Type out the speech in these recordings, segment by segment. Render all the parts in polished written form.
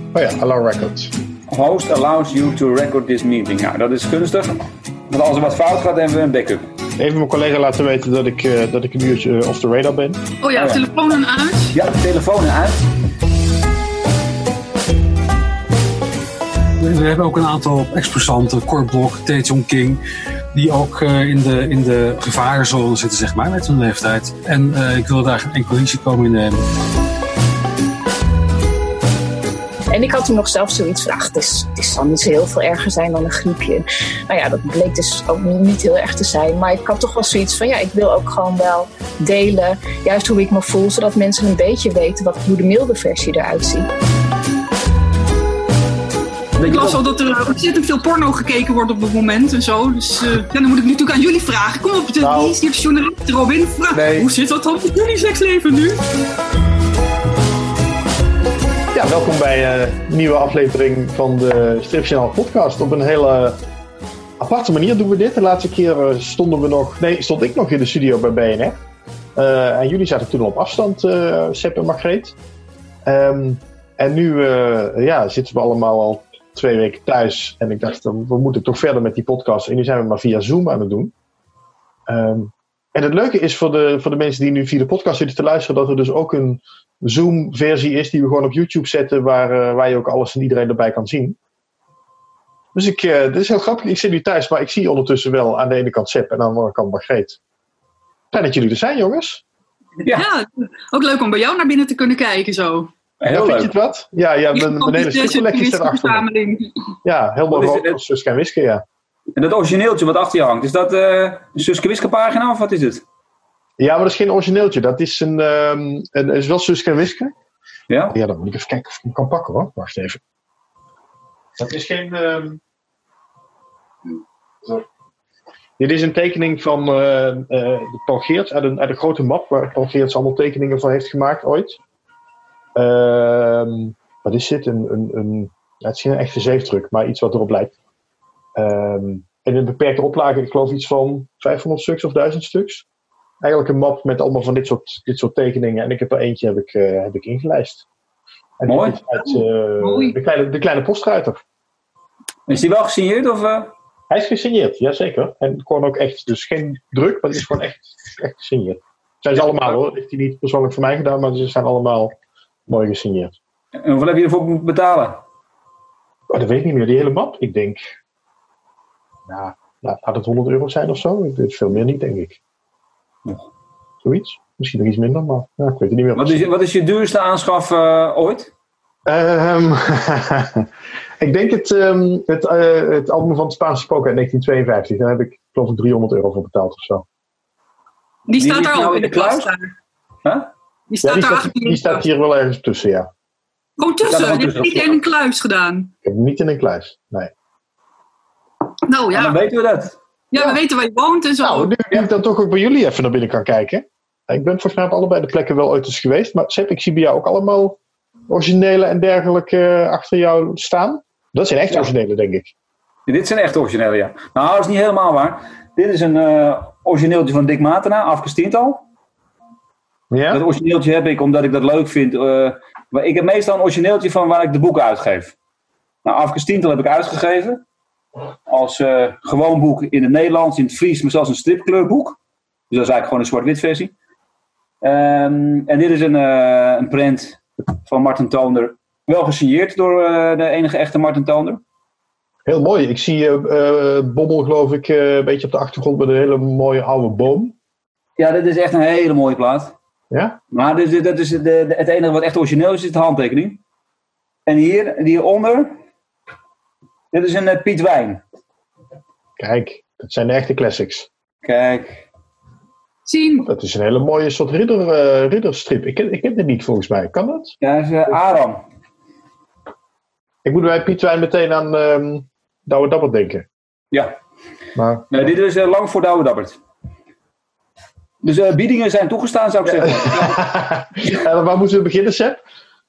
Oh ja, Allow Records. Host allows you to record this meeting. Nou, dat is gunstig. Want als er wat fout gaat, hebben we een backup. Even mijn collega laten weten dat ik een uurtje off the radar ben. Oh ja, telefoon en uit. Ja, telefoon en uit. We hebben ook een aantal exposanten, Cor Blok, Tae-Jong King, die ook in de gevarenzone zitten, zeg maar, met hun leeftijd. En ik wil daar geen enkel risico in nemen. En ik had toen nog zelf zoiets van, het zal niet zo heel veel erger zijn dan een griepje. Nou ja, dat bleek dus ook niet heel erg te zijn. Maar ik had toch wel zoiets van, ik wil ook gewoon wel delen, juist hoe ik me voel, zodat mensen een beetje weten hoe de milde versie eruit ziet. Ik las al dat er ontzettend veel porno gekeken wordt op het moment en zo. Dus dan moet ik nu natuurlijk aan jullie vragen. Kom op, wie is die journalist Robin? Nee. Hoe zit dat dan met jullie seksleven nu? Ja, welkom bij een nieuwe aflevering van de Stripjournaal podcast. Op een hele aparte manier doen we dit. De laatste keer stond ik nog in de studio bij BNR. En jullie zaten toen op afstand, Sepp en Margreet. En nu zitten we allemaal al 2 weken thuis. En ik dacht, we moeten toch verder met die podcast. En nu zijn we maar via Zoom aan het doen. En het leuke is voor de mensen die nu via de podcast zitten te luisteren, dat er dus ook een Zoom-versie is die we gewoon op YouTube zetten, waar je ook alles en iedereen erbij kan zien. Dus dit is heel grappig. Ik zit nu thuis, maar ik zie ondertussen wel aan de ene kant Sepp en aan de andere kant Margreet. Fijn dat jullie er zijn, jongens. Ja, ook leuk om bij jou naar binnen te kunnen kijken zo. Heel vind je het wat? Ja, mijn hele stripcollectie staat achter me. Ja, helemaal rood als Suske en Wiske, ja. En dat origineeltje wat achter je hangt, is dat een Suske Wiske pagina of wat is het? Ja, maar dat is geen origineeltje. Dat is is wel Suske en Wiske. Ja? Ja, dan moet ik even kijken of ik hem kan pakken, hoor. Wacht even. Dat is geen... Dit is een tekening van de Paul Geerts uit een grote map waar Paul Geerts allemaal tekeningen van heeft gemaakt ooit. Wat is dit? Het is geen echte zeefdruk, maar iets wat erop lijkt. En in een beperkte oplage, ik geloof iets van 500 stuks of 1000 stuks. Eigenlijk een map met allemaal van dit soort tekeningen. En ik heb er eentje heb ik ingelijst. En mooi. Dit is uit de kleine postruiter. Is die wel gesigneerd? Of, Hij is gesigneerd, jazeker. En gewoon ook echt. Dus geen druk, maar het is gewoon echt gesigneerd. Zijn ze allemaal, hoor. Dat heeft hij niet persoonlijk voor mij gedaan, maar ze zijn allemaal mooi gesigneerd. En hoeveel heb je ervoor moeten betalen? Oh, dat weet ik niet meer. Die hele map, ik denk... Nou, gaat het €100 zijn of zo? Ik weet veel meer niet, denk ik. Zoiets. Misschien nog iets minder, maar ik weet het niet meer. Wat is je duurste aanschaf ooit? Ik denk het album van het Spaanse Poker uit 1952. Daar heb ik geloof ik €300 voor betaald of zo. Die staat daar nou ook in de klas daar. Huh? Die staat hier wel ergens tussen, ja. Gewoon tussen? Je hebt het niet in een kluis gedaan? Ik heb het niet in een kluis, nee. Nou ja. Dan weten we dat. Ja, we weten waar je woont en zo. Nou, nu ik dan toch ook bij jullie even naar binnen kan kijken. Ik ben volgens mij op allebei de plekken wel ooit eens geweest. Maar Sepp, ik zie bij jou ook allemaal originele en dergelijke achter jou staan. Dat zijn echt originele, denk ik. Dit zijn echt originele, ja. Nou, dat is niet helemaal waar. Dit is een origineeltje van Dick Matena, Afkes Tiental. Ja? Dat origineeltje heb ik omdat ik dat leuk vind. Ik heb meestal een origineeltje van waar ik de boeken uitgeef. Nou, Afkes Tiental heb ik uitgegeven. Als gewoon boek in het Nederlands, in het Fries, maar zelfs een stripkleurboek. Dus dat is eigenlijk gewoon een zwart-wit versie. En dit is een print van Marten Toonder. Wel gesigneerd door de enige echte Marten Toonder. Heel mooi. Ik zie Bommel, geloof ik, een beetje op de achtergrond met een hele mooie oude boom. Ja, dit is echt een hele mooie plaat. Ja? Maar dat is het enige wat echt origineel is de handtekening. En hieronder, dit is een Piet Wijn. Kijk, dat zijn de echte classics. Kijk. Zien. Dat is een hele mooie soort ridderstrip. Ik ken dit niet volgens mij. Kan dat? Ja, dat is Aram. Ik moet bij Piet Wijn meteen aan Douwe Dabbert denken. Ja. Maar, nee, dit is lang voor Douwe Dabbert. Dus biedingen zijn toegestaan, zou ik zeggen. Waar moeten we beginnen, Sepp?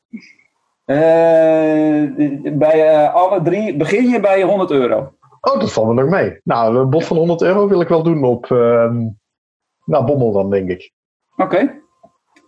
Bij alle 3 begin je bij €100. Oh, dat valt me nog mee. Nou, een bod van €100 wil ik wel doen op Bommel dan, denk ik. Oké.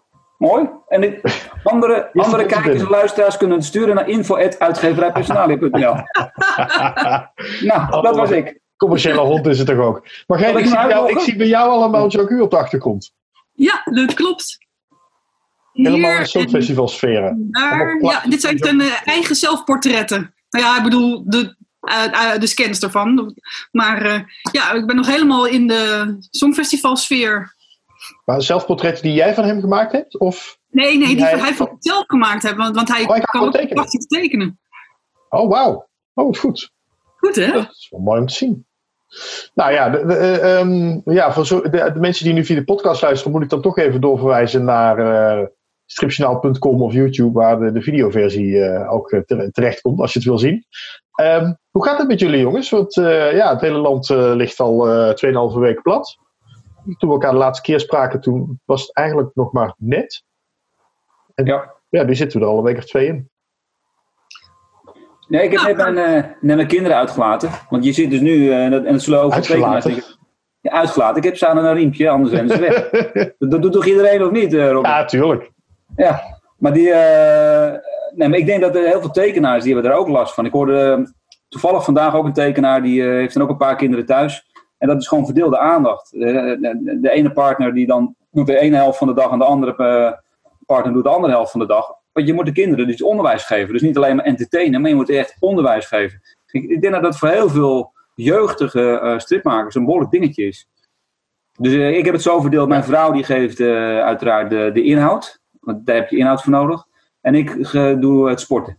Mooi. En andere kijkers en luisteraars kunnen het sturen naar info@uitgeverijpersonalia.nl. Nou, dat was ik. Commerciële hond is het toch ook. Maar ik zie bij jou allemaal Joku op de achtergrond. Ja, dat klopt. Helemaal in Songfestivalsferen. Dit zijn eigen zelfportretten. Nou ja, ik bedoel de scans ervan. Maar ik ben nog helemaal in de Songfestivalsfeer. Maar zelfportretten die jij van hem gemaakt hebt? Of nee, die hij van zelf gemaakt heeft. Want hij kan ook prachtig tekenen. Oh, wauw. Oh, wat goed. Goed, hè? Dat is wel mooi om te zien. Nou ja, voor de mensen die nu via de podcast luisteren, moet ik dan toch even doorverwijzen naar stripjournaal.com of YouTube, waar de videoversie ook terecht komt, als je het wil zien. Hoe gaat het met jullie, jongens? Want het hele land ligt al 2,5 weken plat. Toen we elkaar de laatste keer spraken, toen was het eigenlijk nog maar net. En nu zitten we er al een week of 2 in. Nee, ik heb net mijn kinderen uitgelaten. Want je zit dus nu, en dat zullen over uitgelaten? Uitgelaten. Ik heb ze aan een riempje, anders zijn ze weg. Dat doet toch iedereen of niet, Robin? Ja, tuurlijk. Ja, maar maar ik denk dat er heel veel tekenaars, die hebben er ook last van. Ik hoorde toevallig vandaag ook een tekenaar, die heeft dan ook een paar kinderen thuis. En dat is gewoon verdeelde aandacht. De ene partner die dan doet de ene helft van de dag en de andere partner doet de andere helft van de dag. Want je moet de kinderen dus onderwijs geven. Dus niet alleen maar entertainen, maar je moet echt onderwijs geven. Ik denk dat dat voor heel veel jeugdige stripmakers een behoorlijk dingetje is. Dus ik heb het zo verdeeld. Mijn vrouw die geeft uiteraard de inhoud. Want daar heb je inhoud voor nodig. En ik doe het sporten.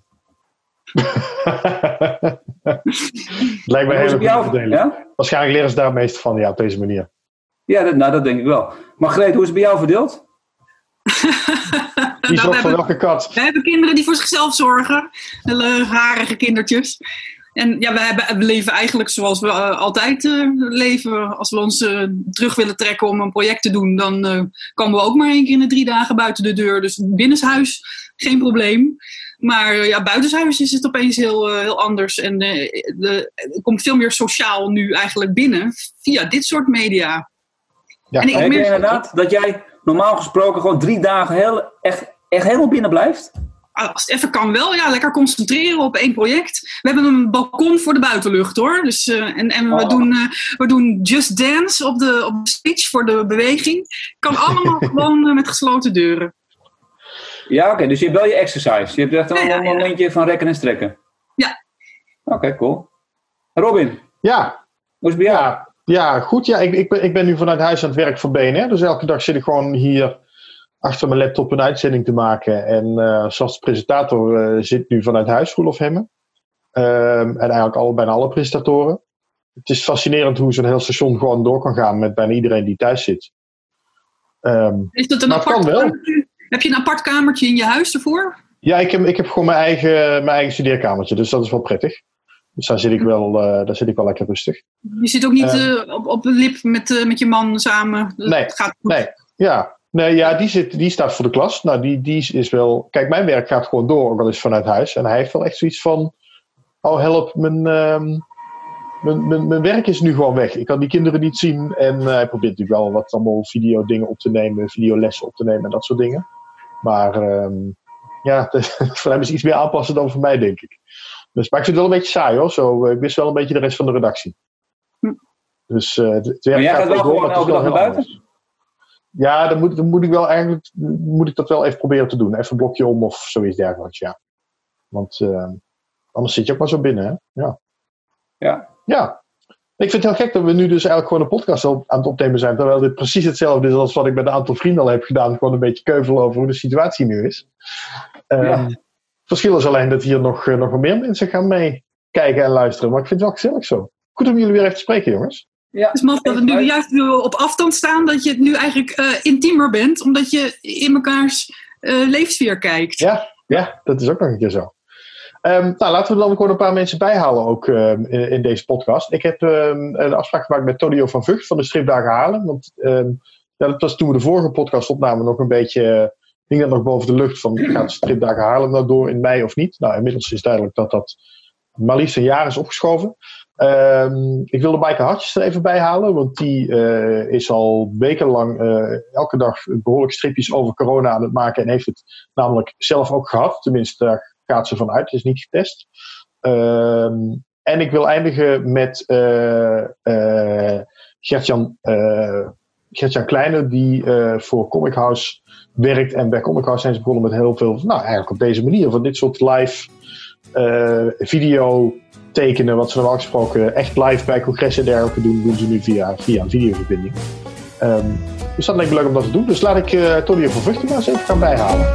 Lijkt me heel goed verdeling. Ja? Waarschijnlijk leren ze daar het meeste van op deze manier. Ja, dat denk ik wel. Maar Greet, hoe is het bij jou verdeeld? Die zorgt voor welke kat? We hebben kinderen die voor zichzelf zorgen. Hele rarige kindertjes. En ja, we leven eigenlijk zoals we altijd leven. Als we ons terug willen trekken om een project te doen, dan komen we ook maar 1 keer in de 3 dagen buiten de deur. Dus binnenshuis geen probleem. Maar buitenshuis is het opeens heel anders. En er komt veel meer sociaal nu eigenlijk binnen via dit soort media. Ja. En ik merk inderdaad dat jij normaal gesproken gewoon 3 dagen echt helemaal binnen blijft? Als het even kan wel, lekker concentreren op 1 project. We hebben een balkon voor de buitenlucht, hoor. Dus, we doen Just Dance op de stage voor de beweging. Kan allemaal gewoon met gesloten deuren. Ja, oké. Dus je hebt wel je exercise. Je hebt echt een momentje van rekken en strekken. Ja. Oké, cool. Robin? Ja. Hoe is het bij jou? Ja, goed. Ja, ik ben nu vanuit huis aan het werk voor BNR. Dus elke dag zit ik gewoon hier achter mijn laptop een uitzending te maken. En zoals presentator zit nu vanuit huis, Roelof Hemme. En eigenlijk bijna alle presentatoren. Het is fascinerend hoe zo'n heel station gewoon door kan gaan met bijna iedereen die thuis zit. Is dat een apart kamertje? Heb je een apart kamertje in je huis ervoor? Ja, ik heb gewoon mijn eigen studeerkamertje. Dus dat is wel prettig. Dus daar zit ik wel lekker rustig. Je zit ook niet op de lip met je man samen? Nee, gaat goed. Die staat voor de klas. Nou, die is wel... Kijk, mijn werk gaat gewoon door, ook al is vanuit huis. En hij heeft wel echt zoiets van... Oh, help, mijn werk is nu gewoon weg. Ik kan die kinderen niet zien. En hij probeert natuurlijk wel wat allemaal videodingen op te nemen. Videolessen op te nemen en dat soort dingen. Maar voor hem is iets meer aanpassen dan voor mij, denk ik. Dus, maar ik vind het wel een beetje saai, hoor. Zo, ik mis wel een beetje de rest van de redactie. Dus het werk maar jij gaat wel gewoon elke dag naar buiten? Anders. Ja, dan moet ik dat wel even proberen te doen. Even een blokje om of zoiets dergelijks, ja. Want anders zit je ook maar zo binnen, hè. Ja. Ik vind het heel gek dat we nu dus eigenlijk gewoon een podcast aan het opnemen zijn. Terwijl dit precies hetzelfde is als wat ik met een aantal vrienden al heb gedaan. Gewoon een beetje keuvelen over hoe de situatie nu is. Het verschil is alleen dat hier nog wat meer mensen gaan meekijken en luisteren. Maar ik vind het wel gezellig zo. Goed om jullie weer even te spreken, jongens. Ja. Het is mooi dat we nu juist op afstand staan. Dat je het nu eigenlijk intiemer bent. Omdat je in mekaars leefsfeer kijkt. Ja, dat is ook nog een keer zo. Laten we dan gewoon een paar mensen bijhalen ook in deze podcast. Ik heb een afspraak gemaakt met Tonio van Vught van de Stripdagen Haarlem. Want dat was toen we de vorige podcast opnamen nog een beetje... hing dat nog boven de lucht van gaat de Stripdagen Haarlem nou door in mei of niet? Nou, inmiddels is duidelijk dat maar liefst een jaar is opgeschoven. Ik wilde Maaike Hartjes er even bij halen, want die is al wekenlang elke dag behoorlijk stripjes over corona aan het maken en heeft het namelijk zelf ook gehad. Tenminste, daar gaat ze van uit, het is niet getest. En ik wil eindigen met Gertjan Kleine, die voor Comic House werkt. En bij Comic House zijn ze begonnen met heel veel, eigenlijk op deze manier, van dit soort live video tekenen, wat ze normaal gesproken echt live bij congressen en dergelijke doen ze nu via een videoverbinding. Dus dat lijkt me leuk om dat te doen. Dus laat ik Tonio van Vught maar eens even gaan bijhalen.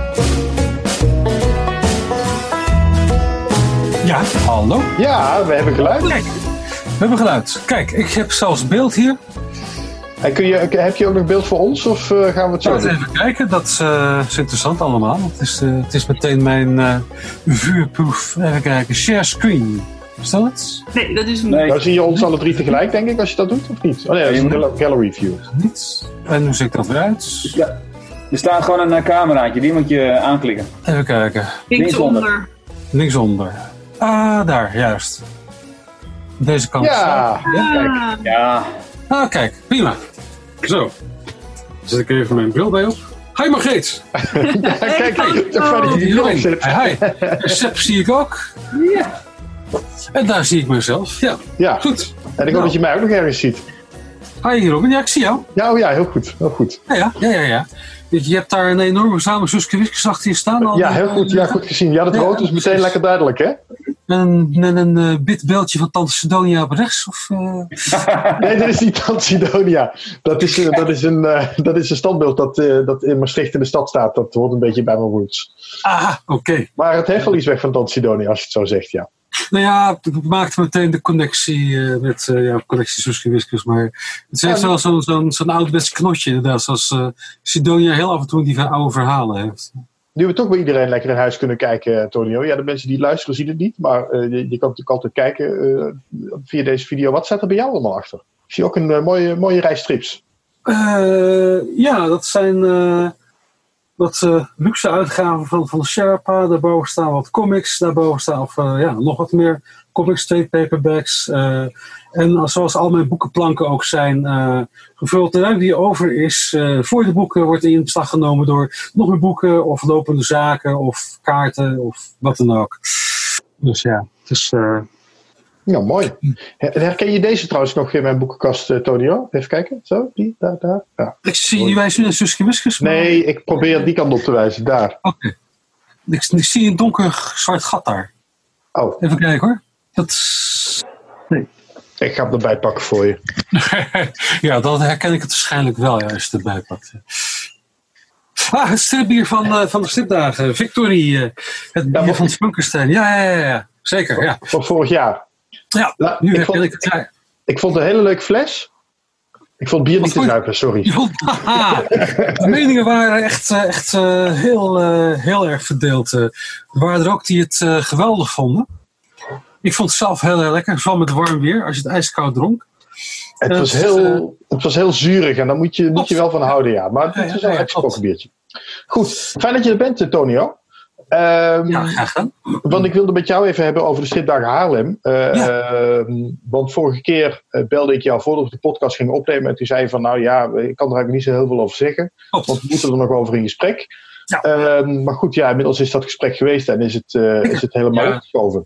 Ja, hallo? Ja, we hebben geluid. Kijk, we hebben geluid. Kijk, ik heb zelfs beeld hier. En heb je ook nog beeld voor ons of gaan we het zo doen? Even kijken, dat is interessant allemaal. Het is meteen mijn vuurproef. Even kijken, share screen. Is dat het? Nee, dat is een... Nee. Nou zie je ons alle 3 tegelijk, denk ik, als je dat doet, of niet? Oh nee, dat is een gallery view. Niet. En hoe ziet dat weer uit? Ja. Er staat gewoon een cameraatje, die moet je aanklikken. Even kijken. Linksonder. Linksonder. Ah, daar, juist. Deze kant. Ja, kijk. Ja. Ah, kijk, prima. Zo. Dan zet ik even mijn bril bij op. Hi Margreet! Ja, kijk, toch fijn dat je die bril zet. Hi. Seb zie ik ook. Ja. En daar zie ik mezelf. Ja. Goed. En ik hoop dat je mij ook nog ergens ziet. Hi Robin, ja, ik zie jou. Ja, heel goed. Heel goed. Ja. Je hebt daar een enorme verzamelde Suske Wiskes achter je staan. Al ja, heel goed. Ja, goed gezien. Ja, dat rood is meteen lekker duidelijk, hè? Een beeldje van Tante Sidonia op rechts? Of, Nee, dat is niet Tante Sidonia. Dat is een standbeeld dat in Maastricht in de stad staat. Dat hoort een beetje bij mijn roots. Ah, oké. Maar het heeft wel iets weg van Tante Sidonia, als je het zo zegt, ja. Nou ja, het maakte meteen de connectie met connectie Suske Wiskes. Maar het heeft wel zo'n ouderwets knotje, inderdaad. Zoals Sidonia heel af en toe die oude verhalen heeft. Nu we toch bij iedereen lekker in huis kunnen kijken, Tonio. Ja, de mensen die luisteren zien het niet. Maar je kan natuurlijk altijd kijken via deze video. Wat staat er bij jou allemaal achter? Ik zie ook een mooie rij strips. Ja, dat zijn wat luxe uitgaven van Sherpa. Daarboven staan wat comics. Daarboven staan nog wat meer comics, trade paperbacks. En zoals al mijn boekenplanken ook zijn, gevuld de ruimte die over is. Voor de boeken wordt in beslag genomen door nog meer boeken of lopende zaken of kaarten of wat dan ook. Dus ja, het is... Ja, mooi. Herken je deze trouwens nog in mijn boekenkast, Tonio? Even kijken. Zo, die, daar. Ja. Ik zie je wijzen naar Suske Wiskes. Nee, ik probeer die kant op te wijzen. Daar. Oké. Ik zie een donker zwart gat daar. Oh. Even kijken hoor. Nee. Ik ga hem erbij pakken voor je. Ja, dan herken ik het waarschijnlijk wel als je het erbij pakt. Ah, het stripbier van de stripdagen. Victory. Het bier van Funkenstein. Ja. Zeker, ja. Van vorig jaar. Ja, nu herken ik het klaar. Ik vond het een hele leuke fles. Ik vond bier niet te zuipen, sorry. De meningen waren echt heel erg verdeeld. Er waren er ook die het geweldig vonden. Ik vond het zelf heel erg lekker, vooral met warm weer, als je het ijskoud dronk. Het was heel zuurig en daar moet je wel van houden, ja. Maar het is wel een uitgesproken biertje. Goed, fijn dat je er bent, Tonio. Ja, graag gedaan. Want ik wilde met jou even hebben over de stripdagen Haarlem. Want vorige keer belde ik jou voordat we de podcast gingen opnemen. En toen zei je van, nou ja, ik kan er eigenlijk niet zo heel veel over zeggen. Want we moeten er nog over in gesprek. Ja. Maar goed, ja, inmiddels is dat gesprek geweest en is het helemaal uitgeschoven.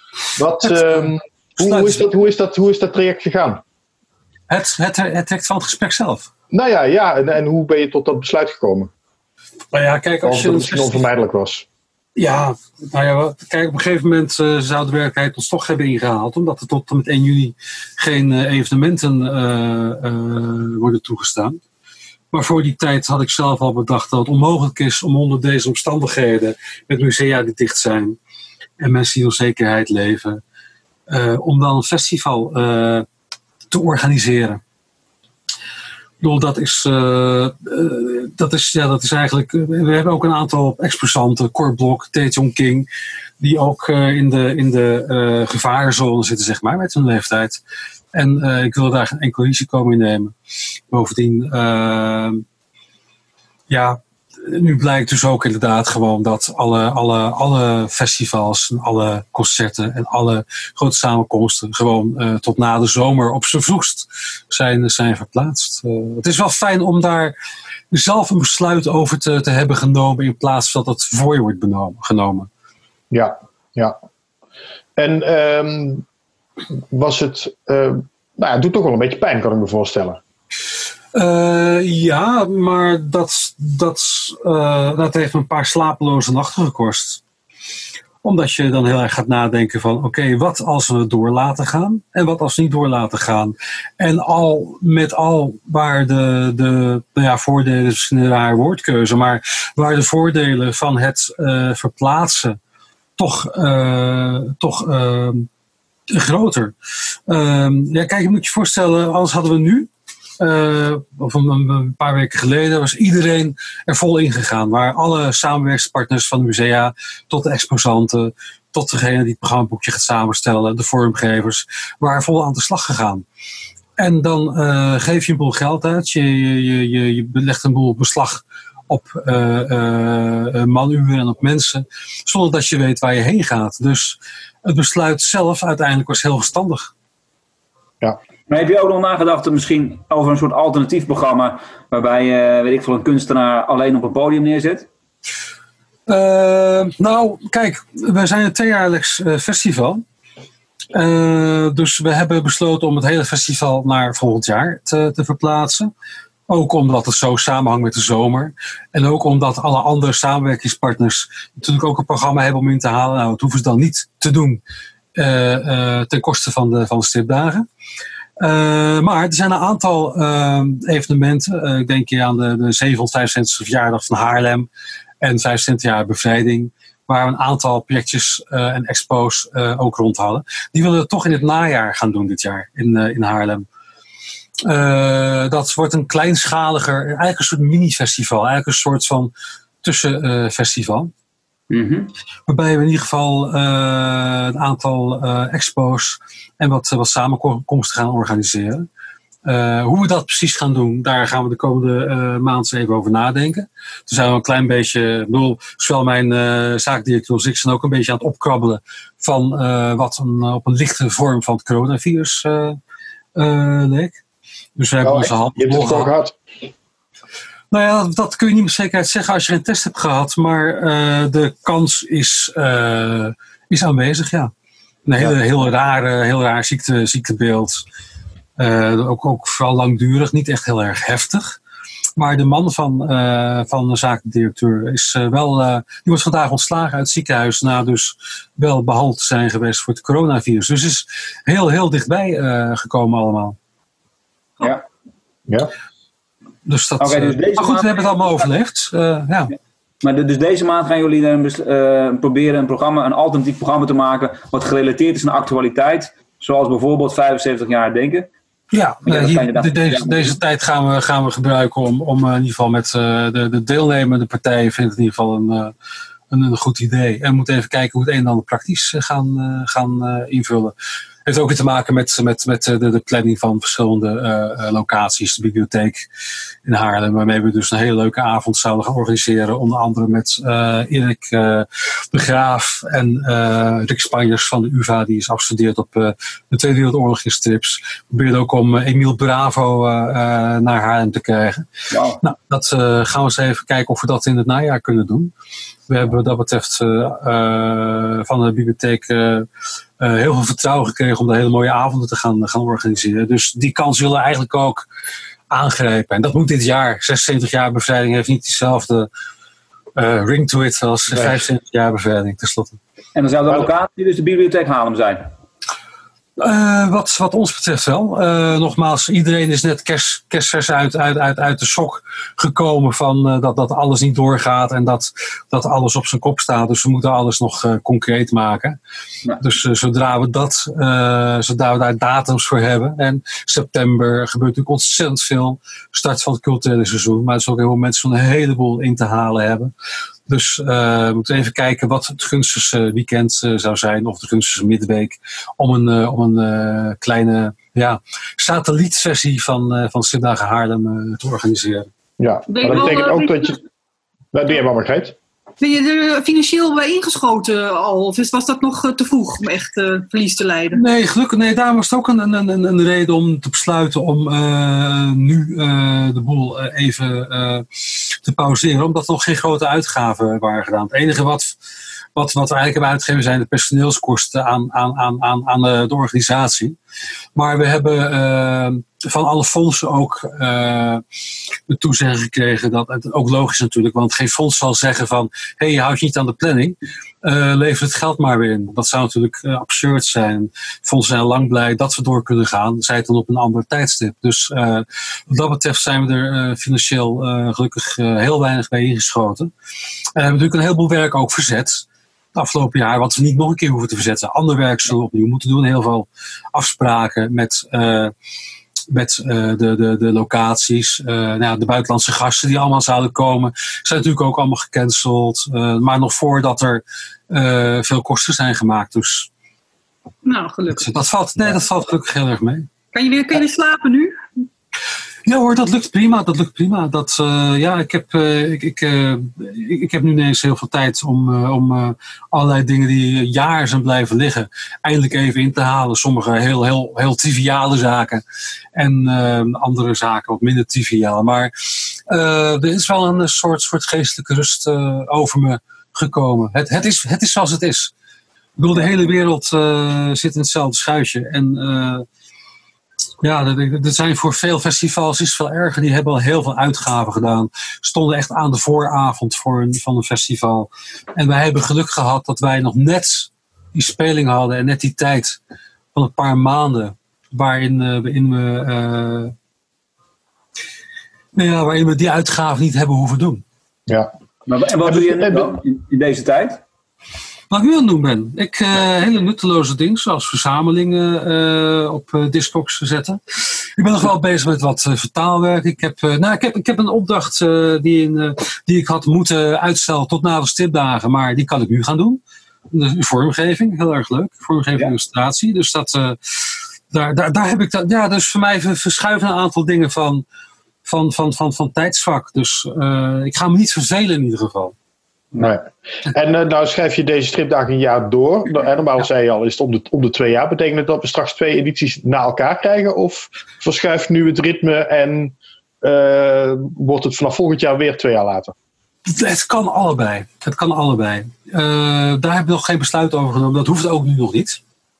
Hoe is dat traject gegaan? Het traject van het gesprek zelf? Nou ja, en hoe ben je tot dat besluit gekomen? Nou ja, kijk, als je het misschien onvermijdelijk was. Ja, nou ja, kijk, op een gegeven moment zou de werkelijkheid ons toch hebben ingehaald. Omdat er tot en met 1 juni geen evenementen worden toegestaan. Maar voor die tijd had ik zelf al bedacht dat het onmogelijk is om onder deze omstandigheden, met musea die dicht zijn en mensen die in onzekerheid leven, om dan een festival te organiseren. Dat is eigenlijk... We hebben ook een aantal exposanten, Cor Blok, Tae-Jong King, die ook in de gevarenzone zitten, zeg maar, met hun leeftijd. En ik wil daar geen enkel risico mee nemen. Bovendien, nu blijkt dus ook inderdaad gewoon dat alle festivals en alle concerten en alle grote samenkomsten gewoon tot na de zomer op z'n vroegst zijn verplaatst. Het is wel fijn om daar zelf een besluit over te hebben genomen in plaats van dat het voor je wordt genomen. Ja. En was het... het doet toch wel een beetje pijn, kan ik me voorstellen. Ja, maar dat heeft me een paar slapeloze nachten gekost. Omdat je dan heel erg gaat nadenken van... Oké, wat als we het door laten gaan? En wat als we niet door laten gaan? En waar de voordelen is een rare woordkeuze... maar waar de voordelen van het verplaatsen toch groter. Kijk, je moet je voorstellen... Anders hadden we nu... of een paar weken geleden was iedereen er vol ingegaan. Waar alle samenwerkingspartners van de musea tot de exposanten, tot degene die het programmaboekje gaat samenstellen, de vormgevers, waren vol aan de slag gegaan. En dan geef je een boel geld uit, je legt een boel beslag op manuren en op mensen, zonder dat je weet waar je heen gaat. Dus het besluit zelf uiteindelijk was heel verstandig. Ja. Maar heb je ook nog nagedacht misschien over een soort alternatief programma waarbij een kunstenaar alleen op een podium neerzet? Kijk, we zijn een 2-jaarlijks festival. Dus we hebben besloten om het hele festival naar volgend jaar te verplaatsen. Ook omdat het zo samenhangt met de zomer. En ook omdat alle andere samenwerkingspartners natuurlijk ook een programma hebben om in te halen. Nou, dat hoeven ze dan niet te doen ten koste van de stripdagen. Maar er zijn een aantal evenementen. Ik denk hier aan de 775e verjaardag van Haarlem en 25 jaar bevrijding. Waar we een aantal projectjes en expo's ook rond hadden. Die willen we toch in het najaar gaan doen dit jaar in Haarlem. Dat wordt een kleinschaliger, eigenlijk een soort mini-festival. Eigenlijk een soort van tussenfestival. Mm-hmm. Waarbij we in ieder geval een aantal expo's en wat samenkomsten gaan organiseren. Hoe we dat precies gaan doen, daar gaan we de komende maanden even over nadenken. Toen zijn we een klein beetje, zowel mijn zaakdirecteur als ik zijn ook een beetje aan het opkrabbelen van wat op een lichte vorm van het coronavirus leek. Dus we hebben onze hand. Je hebt het al gehad. Nou ja, dat kun je niet met zekerheid zeggen als je geen test hebt gehad. Maar de kans is aanwezig, ja. Een heel raar ziektebeeld. Ook vooral langdurig, niet echt heel erg heftig. Maar de man van de zakendirecteur is die wordt vandaag ontslagen uit het ziekenhuis na dus wel behandeld te zijn geweest voor het coronavirus. Dus is heel dichtbij gekomen allemaal. Ja. Dus dat, dus maar goed, we hebben het allemaal overleefd. Ja. Maar dus deze maand gaan jullie proberen een alternatief programma te maken wat gerelateerd is aan actualiteit. Zoals bijvoorbeeld 75 jaar denken. Ja, deze tijd gaan we gebruiken om in ieder geval met de deelnemende partijen vindt het in ieder geval een goed idee. En we moeten even kijken hoe het een en ander praktisch gaan invullen. Het heeft ook weer te maken met de planning van verschillende locaties. De bibliotheek in Haarlem, waarmee we dus een hele leuke avond zouden gaan organiseren. Onder andere met Erik de Graaf en Rick Spanjers van de UvA. Die is afgestudeerd op de Tweede Wereldoorlog in strips. We proberen ook om Emiel Bravo naar Haarlem te krijgen. Wow. Nou, dat gaan we eens even kijken of we dat in het najaar kunnen doen. We hebben wat dat betreft van de bibliotheek heel veel vertrouwen gekregen om de hele mooie avonden te gaan organiseren. Dus die kans willen we eigenlijk ook aangrijpen. En dat moet dit jaar. 76 jaar bevrijding heeft niet diezelfde ring to it als 75 jaar bevrijding tenslotte. En dan zou de locatie dus de bibliotheek Haarlem zijn? Wat ons betreft wel. Nogmaals, iedereen is net kerstvers uit de sok gekomen van dat alles niet doorgaat en dat alles op zijn kop staat. Dus we moeten alles nog concreet maken. Ja. Dus zodra we daar datums voor hebben. En september gebeurt natuurlijk ontzettend veel. Start van het culturele seizoen. Maar er is ook heel veel mensen van een heleboel in te halen hebben. Dus we moeten even kijken wat het gunstigste weekend zou zijn. Of de gunstigste midweek. Om een kleine satellietversie van Stripdagen Haarlem te organiseren. Ja, maar dat betekent ook dat je... Nou, doe jij maar, Margreet. Ben je er financieel bij ingeschoten al? Of was dat nog te vroeg om echt verlies te lijden? Nee, gelukkig. Nee, daar was het ook een reden om te besluiten om nu de boel even te pauzeren. Omdat er nog geen grote uitgaven waren gedaan. Het enige wat we eigenlijk hebben uitgegeven zijn de personeelskosten aan de organisatie. Maar we hebben van alle fondsen ook de toezegging gekregen. Dat het ook logisch natuurlijk. Want geen fonds zal zeggen van hey, je houdt je niet aan de planning. Lever het geld maar weer in. Dat zou natuurlijk absurd zijn. Fondsen zijn lang blij dat we door kunnen gaan. Zij het dan op een ander tijdstip. Dus wat dat betreft zijn we er financieel gelukkig heel weinig bij ingeschoten. En we hebben natuurlijk een heleboel werk ook verzet. Het afgelopen jaar, wat we niet nog een keer hoeven te verzetten. Ander werk zullen we opnieuw moeten doen. Heel veel afspraken met de locaties. De buitenlandse gasten die allemaal zouden komen. Zijn natuurlijk ook allemaal gecanceld. Maar nog voordat er veel kosten zijn gemaakt. Dus nou, gelukkig. Dat valt gelukkig heel erg mee. Kan je weer slapen nu? Ja hoor, dat lukt prima. Ik heb nu ineens heel veel tijd om allerlei dingen die jaar zijn blijven liggen, eindelijk even in te halen. Sommige heel triviale zaken en andere zaken wat minder triviaal. Maar er is wel een soort geestelijke rust over me gekomen. Het is zoals het is. Ik bedoel, de hele wereld zit in hetzelfde schuitje en er zijn voor veel festivals is veel erger. Die hebben al heel veel uitgaven gedaan. Stonden echt aan de vooravond van een festival. En wij hebben geluk gehad dat wij nog net die speling hadden. En net die tijd van een paar maanden. Waarin we die uitgaven niet hebben hoeven doen. Ja. En wat doe je dan in deze tijd? Wat ik nu aan het doen ben. Hele nutteloze dingen, zoals verzamelingen op Discogs zetten. Ik ben nog wel bezig met wat vertaalwerk. Ik heb een opdracht die ik had moeten uitstellen tot na de stipdagen, maar die kan ik nu gaan doen. De vormgeving, heel erg leuk. Vormgeving en illustratie. Dus daar heb ik dat. Ja, dus voor mij verschuiven een aantal dingen van tijdsvak. Dus ik ga me niet vervelen in ieder geval. Nee. En nou schrijf je deze stripdagen een jaar door. Normaal zei je al, is het om de 2 jaar. Betekent het dat we straks 2 edities na elkaar krijgen? Of verschuift nu het ritme en wordt het vanaf volgend jaar weer 2 jaar later? Het kan allebei. Daar heb ik nog geen besluit over genomen. Dat hoeft ook nu nog niet.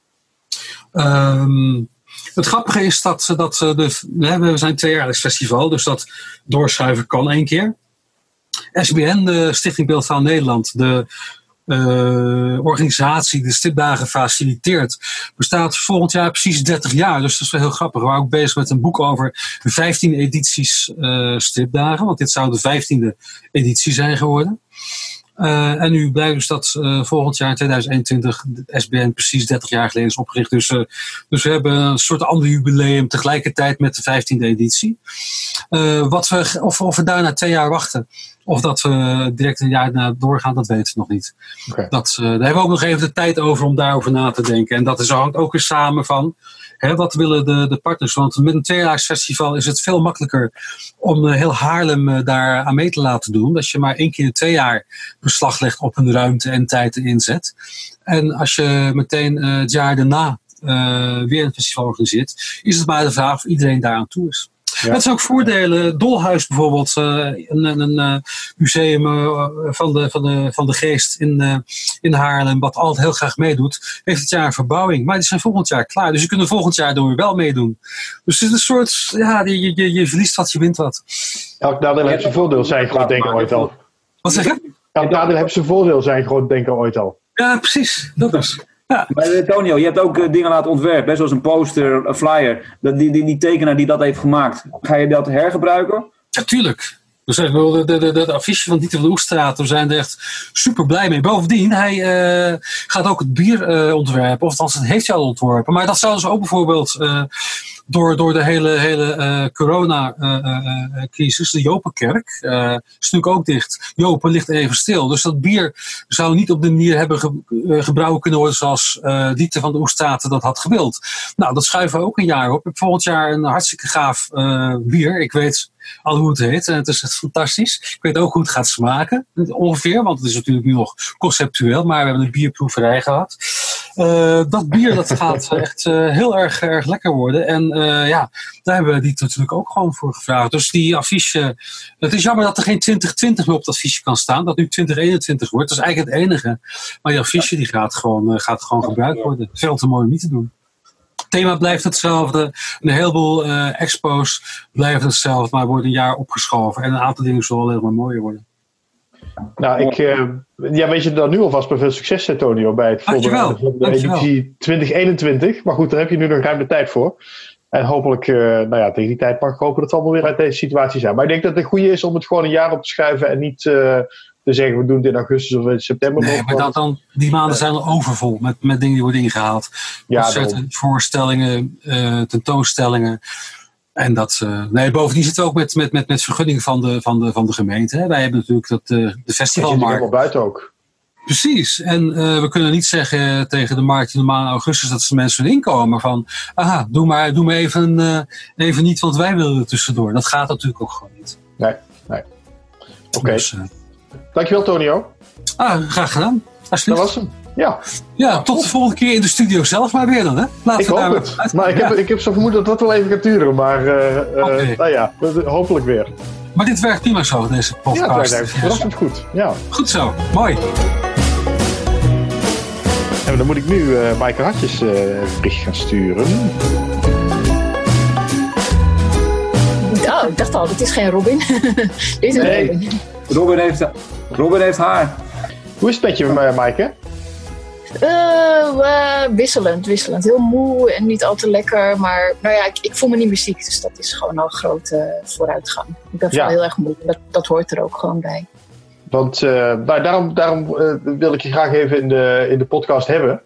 Het grappige is dat we zijn 2-jaarlijks festival. Dus dat doorschuiven kan 1 keer. SBN, de Stichting Beeldtaal Nederland, de organisatie die de stipdagen faciliteert, bestaat volgend jaar precies 30 jaar. Dus dat is wel heel grappig. We waren ook bezig met een boek over 15 edities stripdagen, want dit zou de 15e editie zijn geworden. En nu blijkt dus dat volgend jaar 2021 de SBN precies 30 jaar geleden is opgericht. Dus we hebben een soort ander jubileum tegelijkertijd met de 15e editie. Of we daarna 2 jaar wachten. Of dat we direct een jaar na doorgaan, dat weten we nog niet. Okay. Daar hebben we ook nog even de tijd over om daarover na te denken. En dat hangt ook weer samen van wat willen de partners. Want met een 2-jaarlijks festival is het veel makkelijker om heel Haarlem daar aan mee te laten doen. Dat je maar 1 keer in 2 jaar beslag legt op een ruimte en tijd inzet. En als je meteen het jaar daarna weer een festival organiseert, is het maar de vraag of iedereen daaraan toe is. Ja. Dat is ook voordelen. Dolhuis bijvoorbeeld, een museum van de geest in Haarlem, wat altijd heel graag meedoet, heeft het jaar een verbouwing. Maar die zijn volgend jaar klaar. Dus je kunt er volgend jaar door weer wel meedoen. Dus het is een soort, je verliest wat, je wint wat. Elk nadeel heeft zijn voordeel, zijn groot denken ooit al. Wat zeg je? Elk nadeel heeft zijn voordeel, zijn groot denken ooit al. Ja, precies. Dat is. Ja. Maar Tonio, je hebt ook dingen laten ontwerpen, zoals een poster, een flyer. Die tekenaar die dat heeft gemaakt, ga je dat hergebruiken? Natuurlijk. Dus de affiche van Dieter van de Oestraat, we zijn er echt super blij mee. Bovendien, hij gaat ook het bier ontwerpen, of althans, dat heeft hij al ontworpen. Maar dat zou dus ook bijvoorbeeld door de hele corona-crisis, de Jopenkerk, is natuurlijk ook dicht. Jopen ligt even stil. Dus dat bier zou niet op de manier hebben gebrouwen kunnen worden zoals Dieter van de Oeststaten dat had gewild. Nou, dat schuiven we ook een jaar op. Ik heb volgend jaar een hartstikke gaaf bier. Ik weet al hoe het heet en het is echt fantastisch. Ik weet ook hoe het gaat smaken, ongeveer, want het is natuurlijk nu nog conceptueel, maar we hebben een bierproeverij gehad. Dat bier dat gaat echt heel erg lekker worden. En daar hebben we die natuurlijk ook gewoon voor gevraagd. Dus die affiche, het is jammer dat er geen 2020 meer op dat affiche kan staan, dat nu 2021 wordt. Dat is eigenlijk het enige. Maar die affiche die gaat gewoon gebruikt worden. Veel te mooi om niet te doen. Het thema blijft hetzelfde. Een heleboel expo's blijven hetzelfde, maar worden een jaar opgeschoven. En een aantal dingen zullen helemaal mooier worden. Nou, weet je dan nu alvast veel succes, Tonio, bij het voorbereiden van de editie 2021. Maar goed, daar heb je nu nog ruim de tijd voor. En hopelijk, tegen die tijd mag ik hopen dat we allemaal weer uit deze situatie zijn. Maar ik denk dat het goede is om het gewoon een jaar op te schuiven en niet te zeggen we doen het in augustus of in september. Nee, maar die maanden zijn al overvol met dingen die worden ingehaald. Concerten, voorstellingen, tentoonstellingen. En bovendien zitten we ook met vergunning van de gemeente. Hè. Wij hebben natuurlijk de festivalmarkt. Helemaal buiten ook. Precies. En we kunnen niet zeggen tegen de markt in de maand augustus dat ze mensen inkomen van doe maar even niet, want wij willen er tussendoor. Dat gaat natuurlijk ook gewoon niet. Nee. Oké. Dus, dankjewel, Tonio. Graag gedaan. Alsjeblieft. Dat was hem. Ja, tot de volgende keer in de studio zelf maar weer dan, hè? Ik hoop het. Maar ik heb zo vermoeden dat dat wel even gaat duren. Maar hopelijk weer. Maar dit werkt prima zo, deze podcast. Ja, het werkt verrassend goed. Ja. Goed zo, mooi. En dan moet ik nu Maaike Hartjes een bericht gaan sturen. Oh, ik dacht al, dit is geen Robin. Dit is Robin. Robin heeft haar. Hoe is het met je, Maaike? Wisselend. Heel moe en niet al te lekker. Maar ik voel me niet meer ziek. Dus dat is gewoon al een grote vooruitgang. Ik ben vooral heel erg moe. Dat hoort er ook gewoon bij. Want daarom wil ik je graag even in de podcast hebben.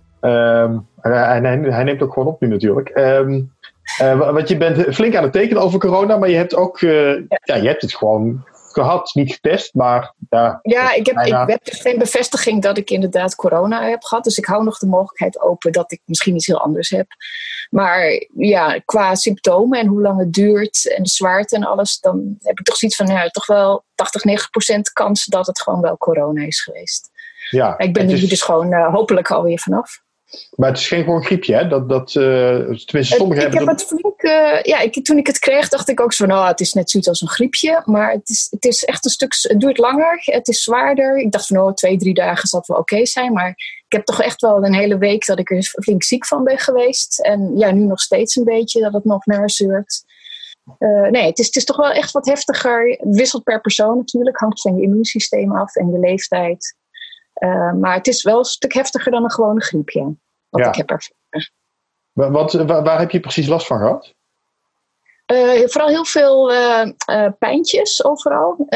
Hij neemt ook gewoon op nu natuurlijk. Want je bent flink aan het tekenen over corona. Maar je hebt ook je hebt het gewoon gehad, niet getest, maar ik heb dus geen bevestiging dat ik inderdaad corona heb gehad. Dus ik hou nog de mogelijkheid open dat ik misschien iets heel anders heb. Maar qua symptomen en hoe lang het duurt en de zwaarte en alles, dan heb ik toch zoiets van toch wel 80-90% kans dat het gewoon wel corona is geweest. Ja, ik ben er nu dus gewoon hopelijk alweer vanaf. Maar het is geen gewoon griepje, hè? Tenminste, sommigen hebben... Ik heb het flink... toen ik het kreeg, dacht ik ook zo van... het is net zoiets als een griepje. Maar het is echt een stuk... Het duurt langer, het is zwaarder. Ik dacht van 2-3 dagen zal het wel oké zijn. Maar ik heb toch echt wel een hele week dat ik er flink ziek van ben geweest. En nu nog steeds een beetje dat het nog nazeurt. Het is toch wel echt wat heftiger. Het wisselt per persoon natuurlijk. Hangt van je immuunsysteem af en je leeftijd. Maar het is wel een stuk heftiger dan een gewone griepje. Wat ik heb ervaren. Waar heb je precies last van gehad? Vooral heel veel pijntjes overal.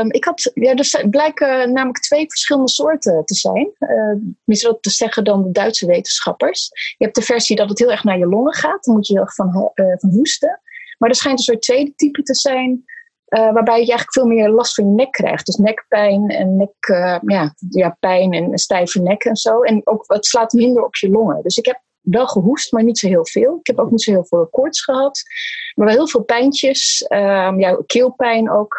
Er blijken namelijk 2 verschillende soorten te zijn. Misschien dat te zeggen dan de Duitse wetenschappers. Je hebt de versie dat het heel erg naar je longen gaat. Dan moet je heel erg van hoesten. Maar er schijnt een soort tweede type te zijn... waarbij je eigenlijk veel meer last van je nek krijgt. Dus nekpijn en pijn en stijve nek en zo. En ook het slaat minder op je longen. Dus ik heb wel gehoest, maar niet zo heel veel. Ik heb ook niet zo heel veel koorts gehad. Maar wel heel veel pijntjes. Keelpijn ook.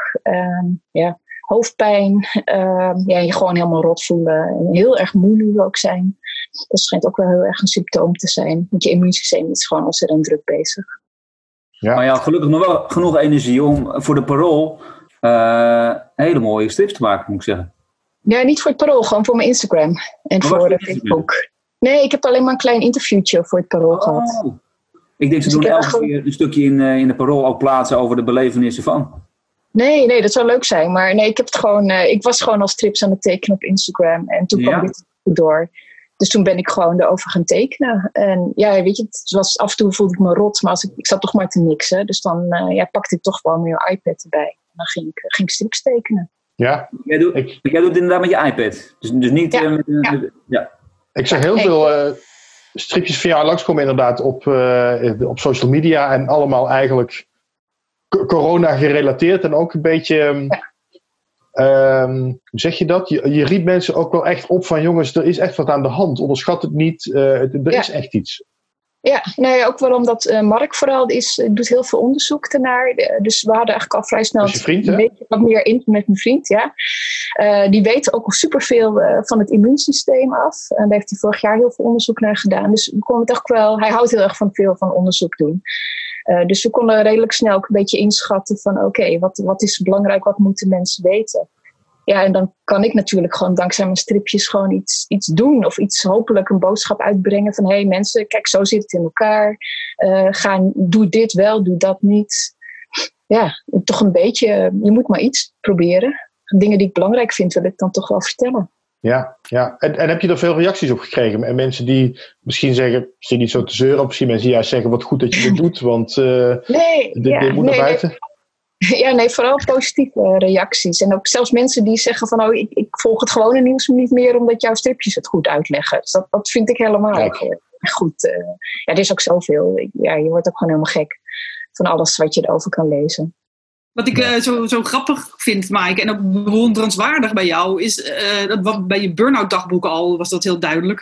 Hoofdpijn. Je gewoon helemaal rot voelen. En heel erg moe nu ook zijn. Dat schijnt ook wel heel erg een symptoom te zijn. Want je immuunsysteem is gewoon ontzettend druk bezig. Ja. Maar gelukkig nog wel genoeg energie om voor de Parool hele mooie strips te maken, moet ik zeggen. Ja, niet voor het Parool, gewoon voor mijn Instagram. En voor de Facebook. Nee, ik heb alleen maar een klein interviewtje voor het Parool gehad. Ik denk ze doen elke keer een stukje in de Parool ook plaatsen over de belevenissen van. Nee, dat zou leuk zijn. Maar nee, ik heb het gewoon. Ik was gewoon al strips aan het tekenen op Instagram. En toen kwam dit door. Dus toen ben ik gewoon erover gaan tekenen. En weet je, het was, af en toe voelde ik me rot, maar ik zat toch maar te niksen. Dus dan pakte ik toch gewoon mijn iPad erbij. En dan ging ik strips tekenen. Ja. Jij doet het inderdaad met je iPad. Dus niet met... Ik zeg heel veel... stripjes van jou langskomen inderdaad op social media. En allemaal eigenlijk corona gerelateerd. En ook een beetje... hoe zeg je dat? Je riep mensen ook wel echt op van jongens, er is echt wat aan de hand. Onderschat het niet. Er is echt iets. Ja, nee, ook wel omdat Mark vooral doet heel veel onderzoek ernaar. Dus we hadden eigenlijk al vrij snel een beetje wat meer in met mijn vriend. Ja. Die weet ook superveel van het immuunsysteem af. En daar heeft hij vorig jaar heel veel onderzoek naar gedaan. Dus we konden het echt wel. Hij houdt heel erg van veel van onderzoek doen. Dus we konden redelijk snel ook een beetje inschatten van oké, wat is belangrijk, wat moeten mensen weten? Ja, en dan kan ik natuurlijk gewoon dankzij mijn stripjes gewoon iets doen. Of hopelijk een boodschap uitbrengen van hé mensen, kijk, zo zit het in elkaar. Doe dit wel, doe dat niet. Ja, toch een beetje, je moet maar iets proberen. Dingen die ik belangrijk vind, wil ik dan toch wel vertellen. Ja. En heb je er veel reacties op gekregen? En mensen die misschien zeggen, misschien niet zo te zeuren, of misschien mensen die juist zeggen, wat goed dat je dit doet, want dit moet naar buiten. Ja, nee, vooral positieve reacties. En ook zelfs mensen die zeggen van, ik volg het gewone nieuws niet meer omdat jouw stripjes het goed uitleggen. Dus dat vind ik helemaal goed. Er is ook zoveel. Ja, je wordt ook gewoon helemaal gek van alles wat je erover kan lezen. Wat ik zo grappig vind, Maaike, en ook bewonderenswaardig bij jou, is wat bij je burn-out dagboek al was dat heel duidelijk.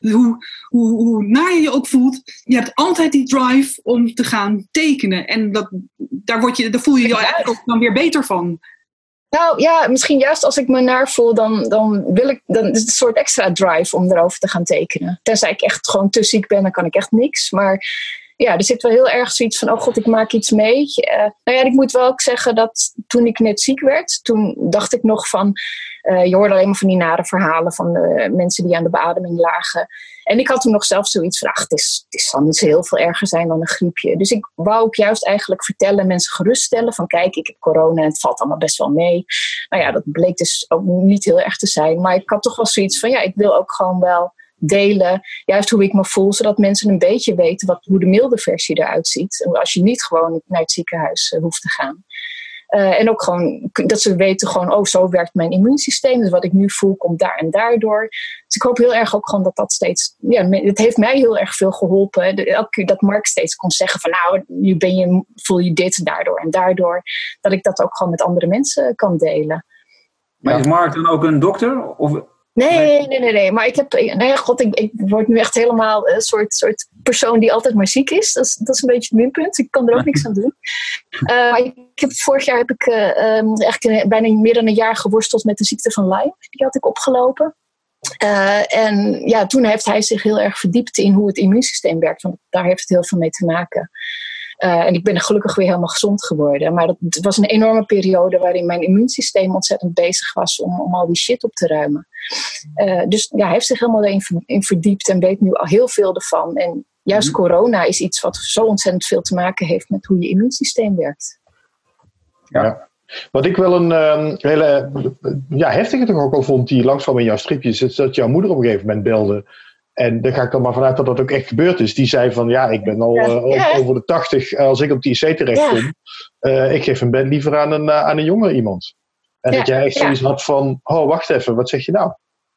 Hoe naar je ook voelt, je hebt altijd die drive om te gaan tekenen. En daar voel je je eigenlijk ook dan weer beter van. Nou ja, misschien juist als ik me naar voel, dan wil ik, dan is het een soort extra drive om erover te gaan tekenen. Tenzij ik echt gewoon te ziek ben, dan kan ik echt niks. Maar ja, er zit wel heel erg zoiets van, oh god, ik maak iets mee. Ik moet wel ook zeggen dat toen ik net ziek werd, toen dacht ik nog van, je hoorde alleen maar van die nare verhalen van de mensen die aan de beademing lagen. En ik had toen nog zelf zoiets van, het zal niet zo heel veel erger zijn dan een griepje. Dus ik wou ook juist eigenlijk vertellen, mensen geruststellen van, kijk, ik heb corona en het valt allemaal best wel mee. Nou ja, dat bleek dus ook niet heel erg te zijn. Maar ik had toch wel zoiets van, ik wil ook gewoon wel delen, juist hoe ik me voel, zodat mensen een beetje weten hoe de milde versie eruit ziet. Als je niet gewoon naar het ziekenhuis hoeft te gaan. En ook gewoon dat ze weten gewoon, zo werkt mijn immuunsysteem. Dus wat ik nu voel komt daar en daardoor. Dus ik hoop heel erg ook gewoon dat steeds, het heeft mij heel erg veel geholpen. Elke keer dat Mark steeds kon zeggen van, nu voel je dit daardoor en daardoor. Dat ik dat ook gewoon met andere mensen kan delen. Maar is Mark dan ook een dokter? Of... Nee. Maar ik word nu echt helemaal een soort persoon die altijd maar ziek is. Dat is een beetje het minpunt. Ik kan er ook niks aan doen. Vorig jaar heb ik eigenlijk bijna meer dan een jaar geworsteld met de ziekte van Lyme. Die had ik opgelopen. En toen heeft hij zich heel erg verdiept in hoe het immuunsysteem werkt. Want daar heeft het heel veel mee te maken. En ik ben gelukkig weer helemaal gezond geworden. Maar het was een enorme periode waarin mijn immuunsysteem ontzettend bezig was om al die shit op te ruimen. Dus hij heeft zich helemaal in verdiept en weet nu al heel veel ervan. En juist corona is iets wat zo ontzettend veel te maken heeft met hoe je immuunsysteem werkt. Ja. Wat ik wel een hele heftige toch ook al vond, die langskwam in jouw stripjes, is dat jouw moeder op een gegeven moment belde. En daar ga ik dan maar vanuit dat dat ook echt gebeurd is. Die zei van, ik ben al over de 80 als ik op de IC terechtkom. Ik geef een bed liever aan een jonger iemand. En dat jij echt zoiets had van, wacht even, wat zeg je nou?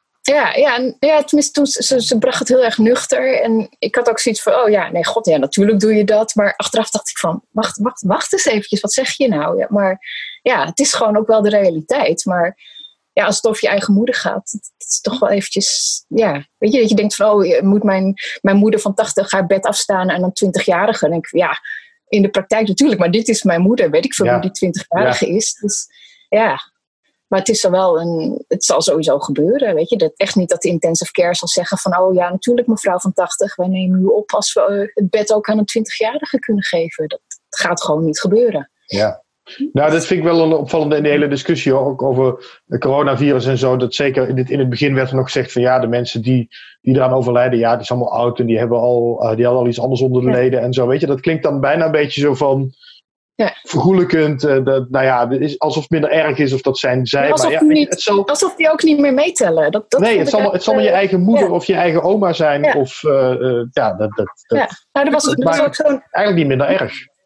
Ja, tenminste toen, ze bracht het heel erg nuchter. En ik had ook zoiets van, natuurlijk doe je dat. Maar achteraf dacht ik van, wacht eens eventjes, wat zeg je nou? Ja, maar het is gewoon ook wel de realiteit. Maar als het over je eigen moeder gaat, het is toch wel eventjes, weet je, dat je denkt van, moet mijn moeder van 80 haar bed afstaan aan een 20-jarige? En denk ik, in de praktijk natuurlijk, maar dit is mijn moeder, weet ik veel hoe die 20-jarige is. Dus maar het is er wel het zal sowieso gebeuren, weet je. Dat echt niet dat de intensive care zal zeggen van, natuurlijk mevrouw van 80, wij nemen u op als we het bed ook aan een 20-jarige kunnen geven. Dat gaat gewoon niet gebeuren. Ja. Nou, dat vind ik wel een opvallende in de hele discussie ook over het coronavirus en zo. Dat zeker in het begin werd er nog gezegd van de mensen die eraan overlijden, die zijn allemaal oud en die hadden al iets anders onder de leden en zo. Weet je, dat klinkt dan bijna een beetje zo van vergoelijkend. Het is alsof het minder erg is of dat zijn zij. Alsof die ook niet meer meetellen. Het zal maar je eigen moeder of je eigen oma zijn. Ja. Of, dat was ook zo'n... Eigenlijk niet minder erg.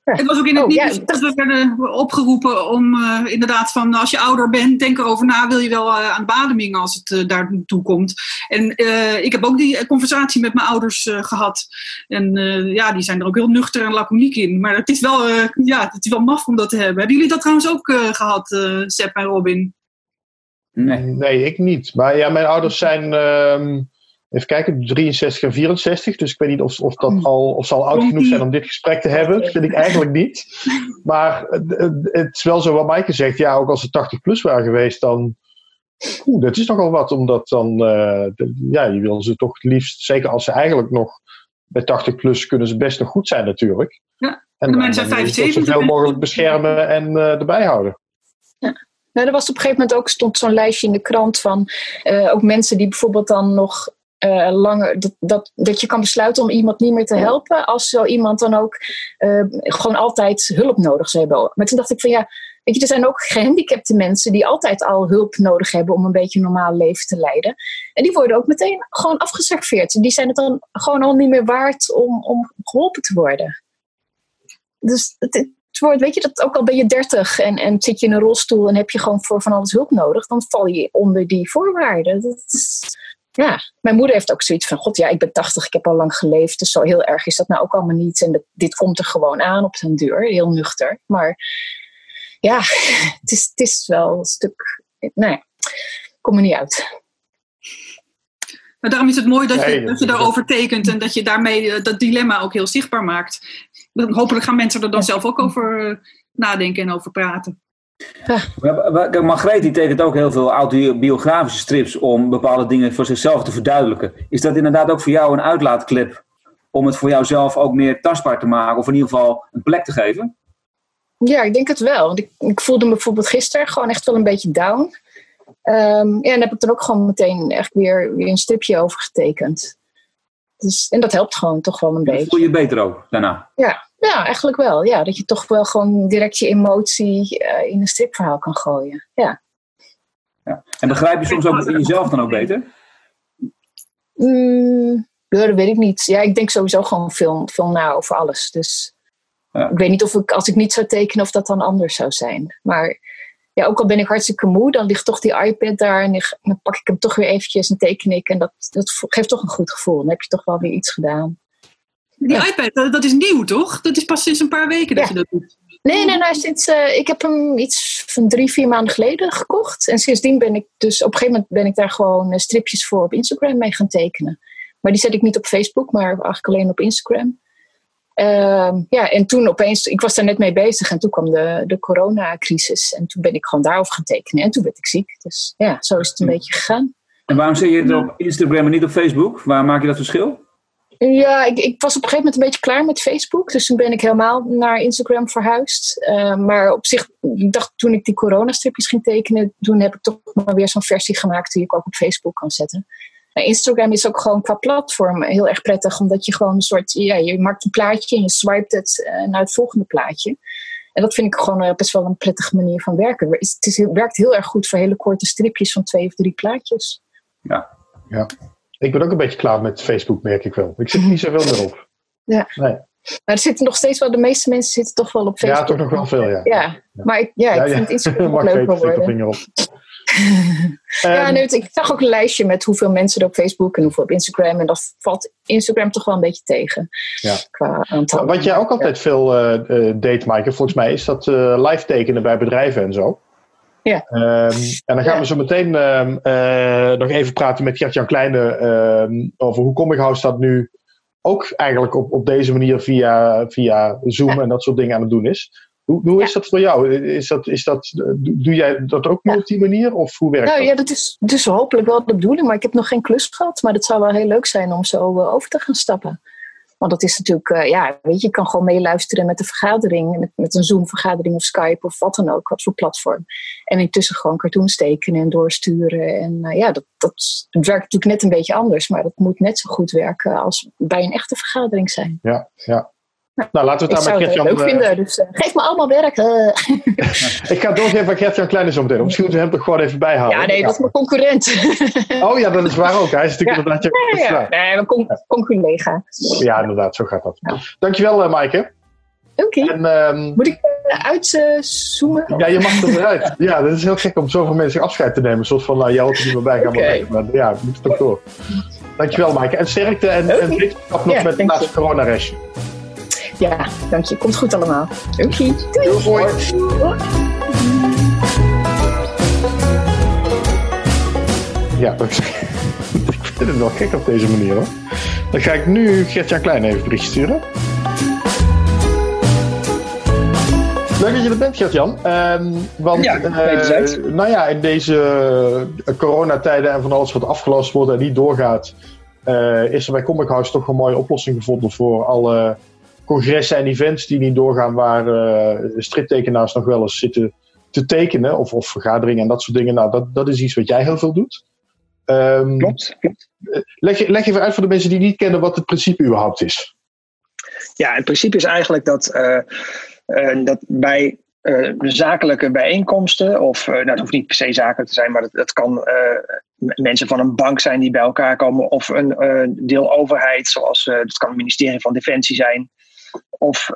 Het was ook in het nieuws dat we werden opgeroepen om inderdaad van als je ouder bent, denk erover na, wil je wel aan bademing als het daar naartoe komt. En ik heb ook die conversatie met mijn ouders gehad. En die zijn er ook heel nuchter en laconiek in. Maar het is wel maf om dat te hebben. Hebben jullie dat trouwens ook gehad, Sepp en Robin? Nee, ik niet. Maar ja, mijn ouders zijn, even kijken, 63 en 64. Dus ik weet niet of ze al oud genoeg zijn om dit gesprek te hebben. Dat vind ik eigenlijk niet. Maar het is wel zo wat Maaike zegt. Ja, ook als ze 80 plus waren geweest, dan... dat is nogal wat. Omdat dan... je wil ze toch het liefst... Zeker als ze eigenlijk nog... Bij 80 plus kunnen ze best nog goed zijn natuurlijk. Ja, en de mensen zijn 75. Zoveel mogelijk beschermen en erbij houden. Ja. Nou, er was op een gegeven moment ook stond zo'n lijstje in de krant van ook mensen die bijvoorbeeld dan nog langer dat je kan besluiten om iemand niet meer te helpen als zo iemand dan ook gewoon altijd hulp nodig zou hebben. Maar toen dacht ik van weet je, er zijn ook gehandicapte mensen die altijd al hulp nodig hebben om een beetje een normaal leven te leiden. En die worden ook meteen gewoon afgeserveerd. Die zijn het dan gewoon al niet meer waard om geholpen te worden. Dus het wordt, weet je, dat ook al ben je 30 en zit je in een rolstoel en heb je gewoon voor van alles hulp nodig, dan val je onder die voorwaarden. Dat is, mijn moeder heeft ook zoiets van, god ja, ik ben 80, ik heb al lang geleefd, dus zo heel erg is dat nou ook allemaal niet. En dit komt er gewoon aan op den duur, heel nuchter. Maar het is wel een stuk, kom er niet uit. Maar daarom is het mooi dat je daarover tekent en dat je daarmee dat dilemma ook heel zichtbaar maakt. Hopelijk gaan mensen er dan zelf ook over nadenken en over praten. Margreet die tekent ook heel veel autobiografische strips om bepaalde dingen voor zichzelf te verduidelijken. Is dat inderdaad ook voor jou een uitlaatklep om het voor jouzelf ook meer tastbaar te maken of in ieder geval een plek te geven? Ja, ik denk het wel. Want ik voelde me bijvoorbeeld gisteren gewoon echt wel een beetje down. En daar heb ik dan ook gewoon meteen echt weer een stripje over getekend. Dus, en dat helpt gewoon toch wel een beetje. Voel je je beter ook daarna? Ja, eigenlijk wel. Ja, dat je toch wel gewoon direct je emotie in een stripverhaal kan gooien. Ja. En begrijp je soms ook jezelf dan ook beter? Dat weet ik niet. Ja, ik denk sowieso gewoon veel na over alles. Dus ik weet niet of als ik niet zou tekenen of dat dan anders zou zijn. Maar ja, ook al ben ik hartstikke moe, dan ligt toch die iPad daar en dan pak ik hem toch weer eventjes en teken ik. En dat geeft toch een goed gevoel. Dan heb je toch wel weer iets gedaan. Die iPad, dat is nieuw toch? Dat is pas sinds een paar weken dat je dat doet. Nee, ik heb hem iets van 3-4 maanden geleden gekocht. En sindsdien ben ik dus, op een gegeven moment ben ik daar gewoon stripjes voor op Instagram mee gaan tekenen. Maar die zet ik niet op Facebook, maar eigenlijk alleen op Instagram. En toen opeens, ik was daar net mee bezig en toen kwam de coronacrisis. En toen ben ik gewoon daarover gaan tekenen en toen werd ik ziek. Dus ja, zo is het een beetje gegaan. En waarom zet je het op Instagram en niet op Facebook? Waar maak je dat verschil? Ja, ik was op een gegeven moment een beetje klaar met Facebook. Dus toen ben ik helemaal naar Instagram verhuisd. Maar op zich, ik dacht toen ik die coronastripjes ging tekenen, toen heb ik toch maar weer zo'n versie gemaakt die ik ook op Facebook kan zetten. Instagram is ook gewoon qua platform heel erg prettig, omdat je gewoon een soort, je maakt een plaatje en je swipet het naar het volgende plaatje. En dat vind ik gewoon best wel een prettige manier van werken. Het werkt heel erg goed voor hele korte stripjes van 2 of 3 plaatjes. Ja. Ik ben ook een beetje klaar met Facebook, merk ik wel. Ik zit er niet zoveel meer op. Ja. Nee. Maar er zitten nog steeds wel, de meeste mensen zitten toch wel op Facebook. Ja, toch nog wel veel, ja. Maar ik vind Instagram ook leuk worden. Ik zag ook een lijstje met hoeveel mensen er op Facebook en hoeveel op Instagram. En dat valt Instagram toch wel een beetje tegen. Ja. Qua aantal. Wat jij ook altijd veel deed, Maaike, volgens mij, is dat live tekenen bij bedrijven en zo. Ja. En dan gaan we zo meteen nog even praten met Gert-Jan Kleine over hoe Comic House dat nu ook eigenlijk op deze manier via Zoom en dat soort dingen aan het doen is. Hoe is dat voor jou? Doe jij dat ook op die manier? Of hoe werkt dat? Ja, dat is dus hopelijk wel de bedoeling. Maar ik heb nog geen klus gehad. Maar dat zou wel heel leuk zijn om zo over te gaan stappen. Want dat is natuurlijk, weet je kan gewoon meeluisteren met de vergadering. Met een Zoom-vergadering of Skype of wat dan ook. Wat voor platform. En intussen gewoon cartoons tekenen en doorsturen. En dat werkt natuurlijk net een beetje anders. Maar dat moet net zo goed werken als bij een echte vergadering zijn. Ja. Nou, laten we het daar met Gert-Jan... leuk vinden, dus geef me allemaal werk. Ik ga doorgeven aan Gert-Jan Kleine zo meteen. Misschien moeten we hem toch gewoon even bijhalen. Ja, nee, dat is mijn concurrent. Oh ja, dat is waar ook. Hij is natuurlijk inderdaad... mijn conculega. Ja, inderdaad, zo gaat dat. Ja. Dankjewel, Maaike. Oké. Moet ik uitzoomen? Ja, je mag er vooruit. Ja, dat is heel gek om zoveel mensen afscheid te nemen. Een soort van, nou, jij hoort er niet meer bij, gaan we weg. Maar ja, we moeten toch door. Dankjewel, Maaike. En sterkte en wetenschap nog met het laatste coronarestje. Ja, dank je. Komt goed allemaal. Oké. Doei. Ja, ik vind het wel gek op deze manier, hoor. Dan ga ik nu Gert-Jan Klein even een berichtje sturen. Leuk dat je er bent, Gert-Jan. Want nou ja, in deze coronatijden en van alles wat afgelast wordt en niet doorgaat, is er bij Comic House toch een mooie oplossing gevonden voor alle congressen en events die niet doorgaan, waar striptekenaars nog wel eens zitten te tekenen of vergaderingen en dat soort dingen. Nou, dat is iets wat jij heel veel doet. Klopt. Leg even uit voor de mensen die niet kennen wat het principe überhaupt is. Ja, het principe is eigenlijk dat bij zakelijke bijeenkomsten, of het hoeft niet per se zakelijk te zijn, maar dat kan mensen van een bank zijn die bij elkaar komen, of een deel overheid, zoals dat kan het ministerie van Defensie zijn, of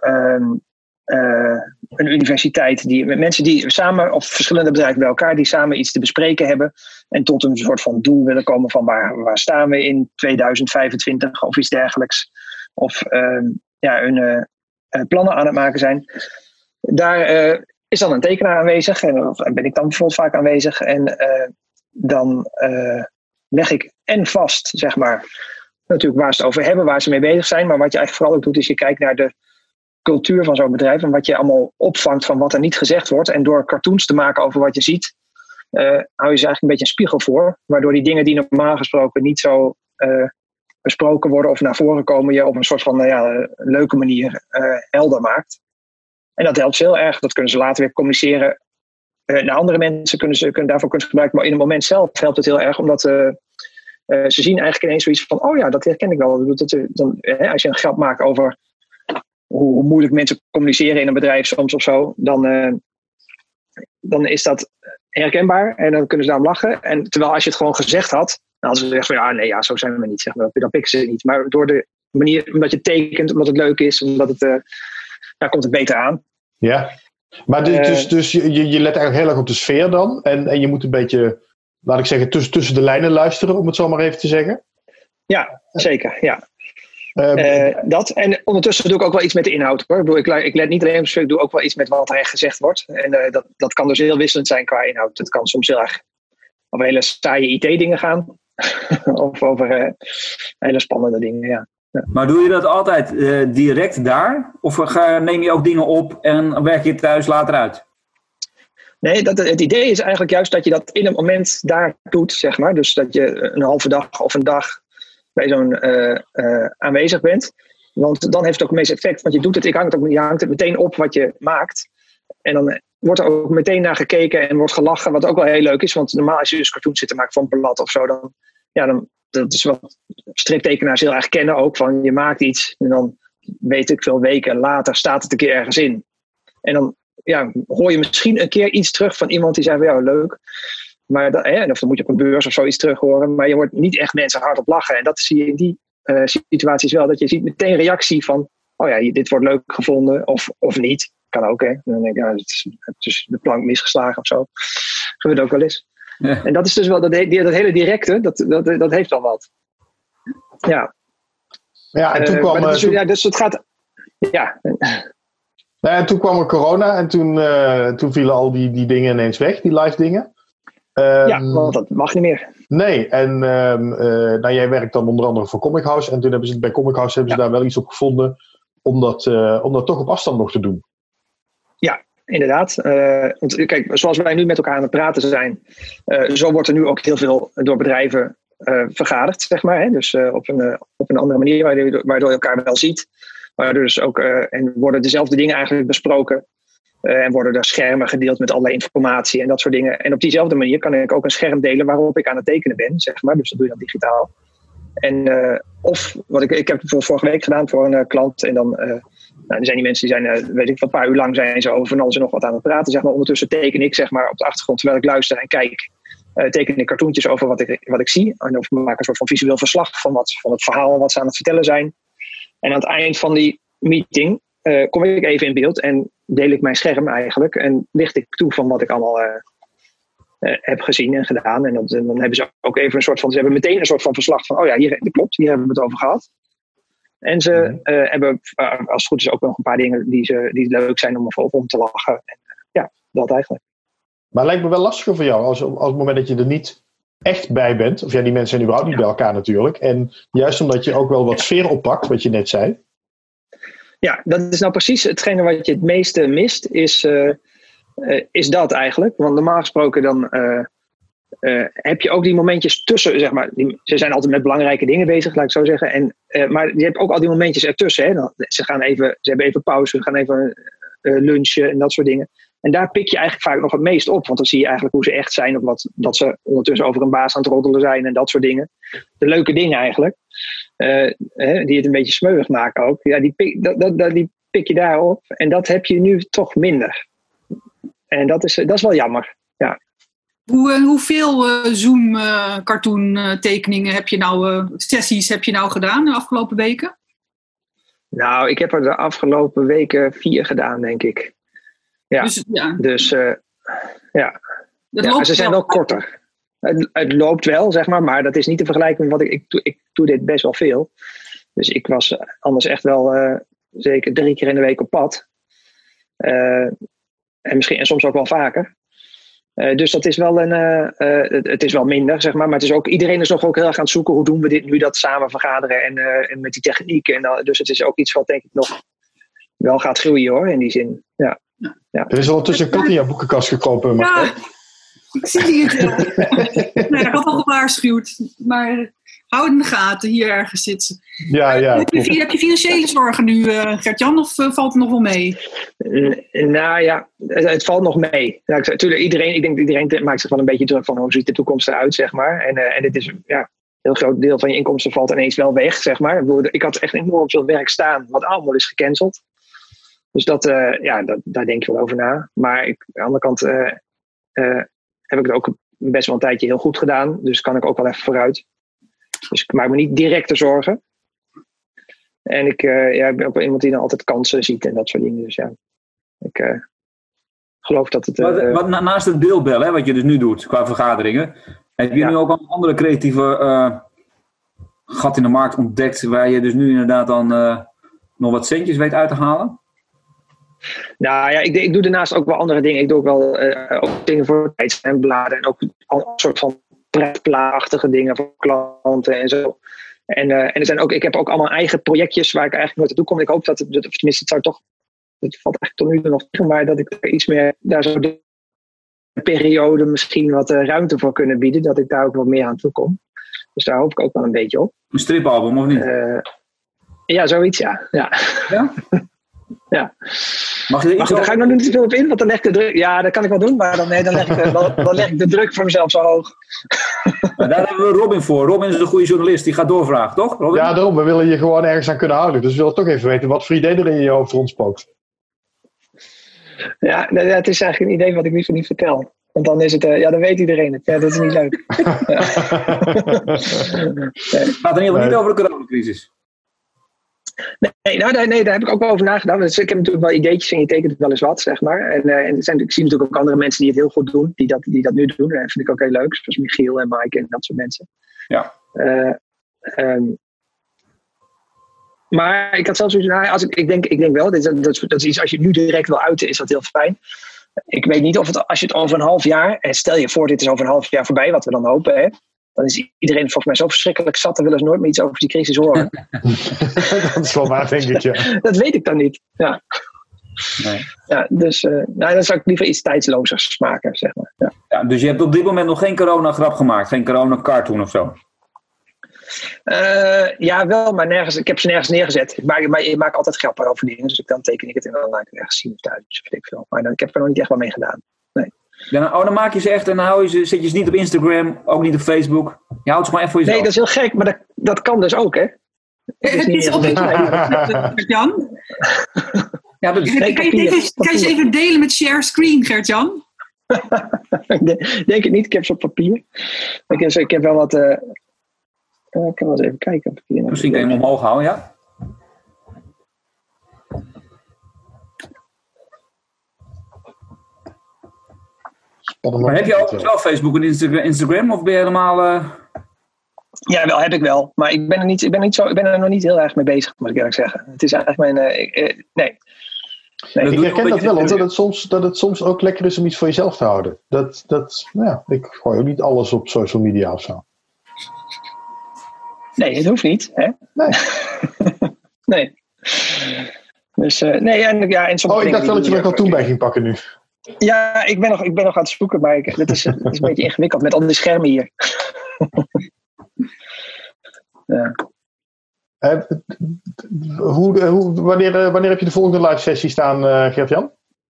een universiteit, met mensen die samen, of verschillende bedrijven bij elkaar, die samen iets te bespreken hebben en tot een soort van doel willen komen van waar staan we in 2025 of iets dergelijks. Of hun plannen aan het maken zijn. Daar is dan een tekenaar aanwezig en ben ik dan bijvoorbeeld vaak aanwezig en dan leg ik vast, zeg maar, natuurlijk waar ze het over hebben, waar ze mee bezig zijn, maar wat je eigenlijk vooral ook doet is je kijkt naar de cultuur van zo'n bedrijf en wat je allemaal opvangt van wat er niet gezegd wordt. En door cartoons te maken over wat je ziet, hou je ze eigenlijk een beetje een spiegel voor, waardoor die dingen die normaal gesproken niet zo besproken worden of naar voren komen, je op een soort van leuke manier helder maakt. En dat helpt heel erg. Dat kunnen ze later weer communiceren naar andere mensen. Daarvoor kunnen ze gebruiken. Maar in het moment zelf helpt het heel erg. Omdat ze zien eigenlijk ineens zoiets van, oh ja, dat herken ik wel. Als je een grap maakt over hoe moeilijk mensen communiceren in een bedrijf soms of zo. Dan is dat herkenbaar. En dan kunnen ze daarom lachen. En terwijl als je het gewoon gezegd had, dan hadden ze gezegd van zo zijn we niet. Zeg maar. Dat pikken ze niet. Maar door de manier, omdat je tekent, omdat het leuk is, omdat het komt het beter aan. Ja, maar dus je let eigenlijk heel erg op de sfeer dan. En je moet een beetje, laat ik zeggen, tussen de lijnen luisteren, om het zo maar even te zeggen. Ja, zeker. Ja. Dat. En ondertussen doe ik ook wel iets met de inhoud, hoor. Ik let niet alleen op de sfeer, ik doe ook wel iets met wat er gezegd wordt. En dat kan dus heel wisselend zijn qua inhoud. Het kan soms heel erg over hele saaie IT-dingen gaan. Of over hele spannende dingen, ja. Ja. Maar doe je dat altijd direct daar? Of neem je ook dingen op en werk je thuis later uit? Nee, het idee is eigenlijk juist dat je dat in een moment daar doet, zeg maar. Dus dat je een halve dag of een dag bij zo'n aanwezig bent. Want dan heeft het ook het meeste effect. Want je doet het, je hangt het meteen op wat je maakt. En dan wordt er ook meteen naar gekeken en wordt gelachen. Wat ook wel heel leuk is. Want normaal als je dus cartoons zit te maken van een blad of zo, dan dat is wat striptekenaars heel erg kennen ook. Van je maakt iets en dan weet ik veel weken later staat het een keer ergens in. En dan hoor je misschien een keer iets terug van iemand die zei van leuk. Maar of dan moet je op een beurs of zoiets terug horen. Maar je hoort niet echt mensen hardop lachen. En dat zie je in die situaties wel. Dat je ziet meteen reactie van dit wordt leuk gevonden of niet. Kan ook, hè. Dan denk ik, het is de plank misgeslagen of zo. Gebeurt ook wel eens. Ja. En dat is dus wel, dat hele directe, dat heeft wel wat. Ja. Ja, en toen kwam... dus het gaat... Ja. En toen kwam er corona en toen vielen al die dingen ineens weg, die live dingen. Want dat mag niet meer. Nee, en jij werkt dan onder andere voor Comic House. En toen hebben ze bij Comic House daar wel iets op gevonden om dat toch op afstand nog te doen. Ja, inderdaad. Want kijk, zoals wij nu met elkaar aan het praten zijn, zo wordt er nu ook heel veel door bedrijven vergaderd, zeg maar. Hè? Dus op een andere manier, waardoor je elkaar wel ziet. Waardoor dus ook, en worden dezelfde dingen eigenlijk besproken. En worden er schermen gedeeld met allerlei informatie en dat soort dingen. En op diezelfde manier kan ik ook een scherm delen waarop ik aan het tekenen ben, zeg maar. Dus dat doe je dan digitaal. En of wat ik heb bijvoorbeeld vorige week gedaan voor een klant. En dan er zijn die mensen die zijn, weet ik, een paar uur lang zijn ze over van alles en nog wat aan het praten. Zeg maar. Ondertussen teken ik, zeg maar, op de achtergrond terwijl ik luister en kijk. Teken ik cartoontjes over wat ik zie. En of maak een soort van visueel verslag van het verhaal wat ze aan het vertellen zijn. En aan het eind van die meeting kom ik even in beeld en deel ik mijn scherm eigenlijk. En licht ik toe van wat ik allemaal heb gezien en gedaan. En dan hebben ze ook even ze hebben meteen een soort van verslag van, oh ja, hier, dat klopt, hier hebben we het over gehad. En ze hebben, als het goed is, ook nog een paar dingen die leuk zijn om even om te lachen. En, dat eigenlijk. Maar het lijkt me wel lastiger voor jou als het moment dat je er niet echt bij bent. Of die mensen zijn überhaupt niet bij elkaar natuurlijk. En juist omdat je ook wel wat sfeer oppakt, wat je net zei. Ja, dat is nou precies hetgene wat je het meeste mist, is dat eigenlijk. Want normaal gesproken dan heb je ook die momentjes tussen, zeg maar. Ze zijn altijd met belangrijke dingen bezig, laat ik zo zeggen. Maar je hebt ook al die momentjes ertussen. Hè. Ze hebben even pauze, ze gaan even lunchen en dat soort dingen. En daar pik je eigenlijk vaak nog het meest op. Want dan zie je eigenlijk hoe ze echt zijn. Of dat ze ondertussen over een baas aan het roddelen zijn en dat soort dingen. De leuke dingen eigenlijk. Die het een beetje smeuig maken ook. Ja, die pik je daar op. En dat heb je nu toch minder. En dat is wel jammer. Ja. Hoeveel Zoom-cartoon tekeningen heb je nou, sessies heb je nou gedaan de afgelopen weken? Nou, ik heb er de afgelopen weken 4 gedaan, denk ik. Ja, dus ze zijn wel korter. Het loopt wel, zeg maar dat is niet te vergelijken met wat ik doe dit best wel veel. Dus ik was anders echt wel zeker 3 keer in de week op pad. En soms ook wel vaker. Dus dat is wel het is wel minder, zeg maar. Maar het is ook, iedereen is nog ook heel erg aan het zoeken, hoe doen we dit nu, dat samen vergaderen en met die techniek. Dus het is ook iets wat denk ik nog wel gaat groeien hoor, in die zin. Ja. Er is ondertussen een kat in jouw boekenkast gekropen. Ja, ik zie het. Nee, ik had al gewaarschuwd. Maar hou het in de gaten, hier ergens zit ze. Ja. Heb je financiële zorgen nu, Gert-Jan, of valt het nog wel mee? Nou ja, het valt nog mee. Ja, ik denk iedereen maakt zich wel een beetje druk van hoe ziet de toekomst eruit, zeg maar. En het is een heel groot deel van je inkomsten valt ineens wel weg, zeg maar. Ik had echt enorm veel werk staan, wat allemaal is gecanceld. Dus daar denk je wel over na. Maar aan de andere kant heb ik het ook best wel een tijdje heel goed gedaan. Dus kan ik ook wel even vooruit. Dus ik maak me niet directe zorgen. En ik ben ook iemand die dan altijd kansen ziet en dat soort dingen. Dus ik geloof dat het... naast het beeldbellen, wat je dus nu doet qua vergaderingen, heb je nu ook een andere creatieve gat in de markt ontdekt, waar je dus nu inderdaad dan nog wat centjes weet uit te halen? Nou ja, ik doe daarnaast ook wel andere dingen. Ik doe ook wel ook dingen voor tijdschriftbladen en ook een soort van pretplaatachtige dingen voor klanten en zo. En er zijn ook, ik heb ook allemaal eigen projectjes waar ik eigenlijk nooit naartoe kom. Ik hoop dat het valt eigenlijk tot nu toe nog tegen, maar dat ik er iets meer daar zo de periode misschien wat ruimte voor kunnen bieden, dat ik daar ook wat meer aan toe kom. Dus daar hoop ik ook wel een beetje op. Een stripalbum of niet? Ja, zoiets ja. Ja? Ja. Daar ga ik nog niet te veel op in, want dan leg ik de druk. Ja, dat kan ik wel doen, maar dan leg ik de druk voor mezelf zo hoog. Maar daar hebben we Robin voor. Robin is een goede journalist, die gaat doorvragen, toch? Robin? Ja, daarom. We willen je gewoon ergens aan kunnen houden. Dus we willen toch even weten wat voor idee er in je hoofd rondspookt. Ja, het is eigenlijk een idee wat ik liever niet vertel. Want dan is het, dan weet iedereen het. Ja, dat is niet leuk. Het gaat in ieder geval niet over de coronacrisis. Nee, daar heb ik ook wel over nagedacht. Dus ik heb natuurlijk wel ideetjes en je tekent wel eens wat, zeg maar. En ik zie natuurlijk ook andere mensen die het heel goed doen, die dat nu doen. Dat vind ik ook heel leuk, zoals Michiel en Maaike en dat soort mensen. Ja. Maar ik had zelfs zoiets, ik denk wel, dat is iets, als je nu direct wil uiten, is dat heel fijn. Ik weet niet of als je het over een half jaar, en stel je voor dit is over een half jaar voorbij, wat we dan hopen, hè. Dan is iedereen volgens mij zo verschrikkelijk zat, dan willen ze nooit meer iets over die crisis horen. Dat is wel waar, denk ik, ja. Dat weet ik dan niet, ja. Nee. Ja, dus dan zou ik liever iets tijdslozers maken, zeg maar. Ja. Ja, dus je hebt op dit moment nog geen corona-grap gemaakt? Geen corona-cartoon of zo? Ja, wel, maar ik heb ze nergens neergezet. Ik maak altijd grappen over dingen, dus dan teken ik het en dan laat ik het ergens zien of thuis. Dus weet ik veel. Maar ik heb er nog niet echt wat mee gedaan. Nee. Ja, dan maak je ze echt en dan zet je ze niet op Instagram, ook niet op Facebook. Je houdt ze gewoon echt voor jezelf. Nee, dat is heel gek, maar dat kan dus ook, hè? Gert-Jan? Ja, dat is kan je ze even delen met share screen, Gert-Jan? Denk het niet, ik heb ze op papier. Ik heb wel wat... ik kan wel eens even kijken op papier. Misschien kan je hem omhoog houden, ja? Maar heb je ook wel Facebook en Instagram of ben je helemaal... Ja, wel heb ik wel. Maar ik ben er nog niet heel erg mee bezig, moet ik eerlijk zeggen. Het is eigenlijk mijn... nee. Ik herken dat wel, dat het soms ook lekker is om iets voor jezelf te houden. Ik gooi ook niet alles op social media of zo. Nee, het hoeft niet. Hè? Nee. Nee. Dus, nee, en ik dacht wel dat je er een cartoon bij ging pakken nu. Ja, ik ben nog aan het zoeken, maar het is een beetje ingewikkeld met al die schermen hier. Ja. Wanneer heb je de volgende live sessie staan, Gert-Jan?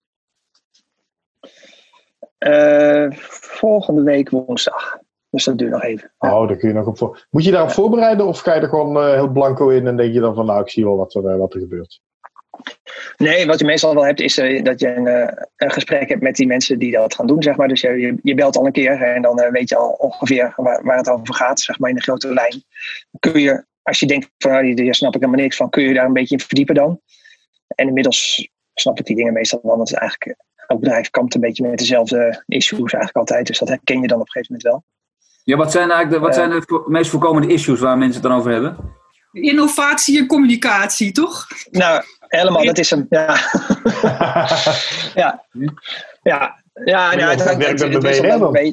Volgende week woensdag. Dus dat duurt nog even. Ja. Oh, daar kun je nog op voor. Moet je daarop voorbereiden of ga je er gewoon heel blanco in en denk je dan van ik zie wel wat er gebeurt? Nee, wat je meestal wel hebt is dat je een gesprek hebt met die mensen die dat gaan doen, zeg maar. Dus je belt al een keer en dan weet je al ongeveer waar het over gaat, zeg maar in de grote lijn. Kun je, als je denkt van hier snap ik helemaal niks van, kun je daar een beetje in verdiepen dan. En inmiddels snap ik die dingen meestal wel, want eigenlijk elk bedrijf kampt een beetje met dezelfde issues eigenlijk altijd. Dus dat herken je dan op een gegeven moment wel. Ja, wat zijn de meest voorkomende issues waar mensen het dan over hebben? Innovatie en communicatie, toch? Nou, helemaal, dat is hem. Ja. Het werkt met de BNR dan.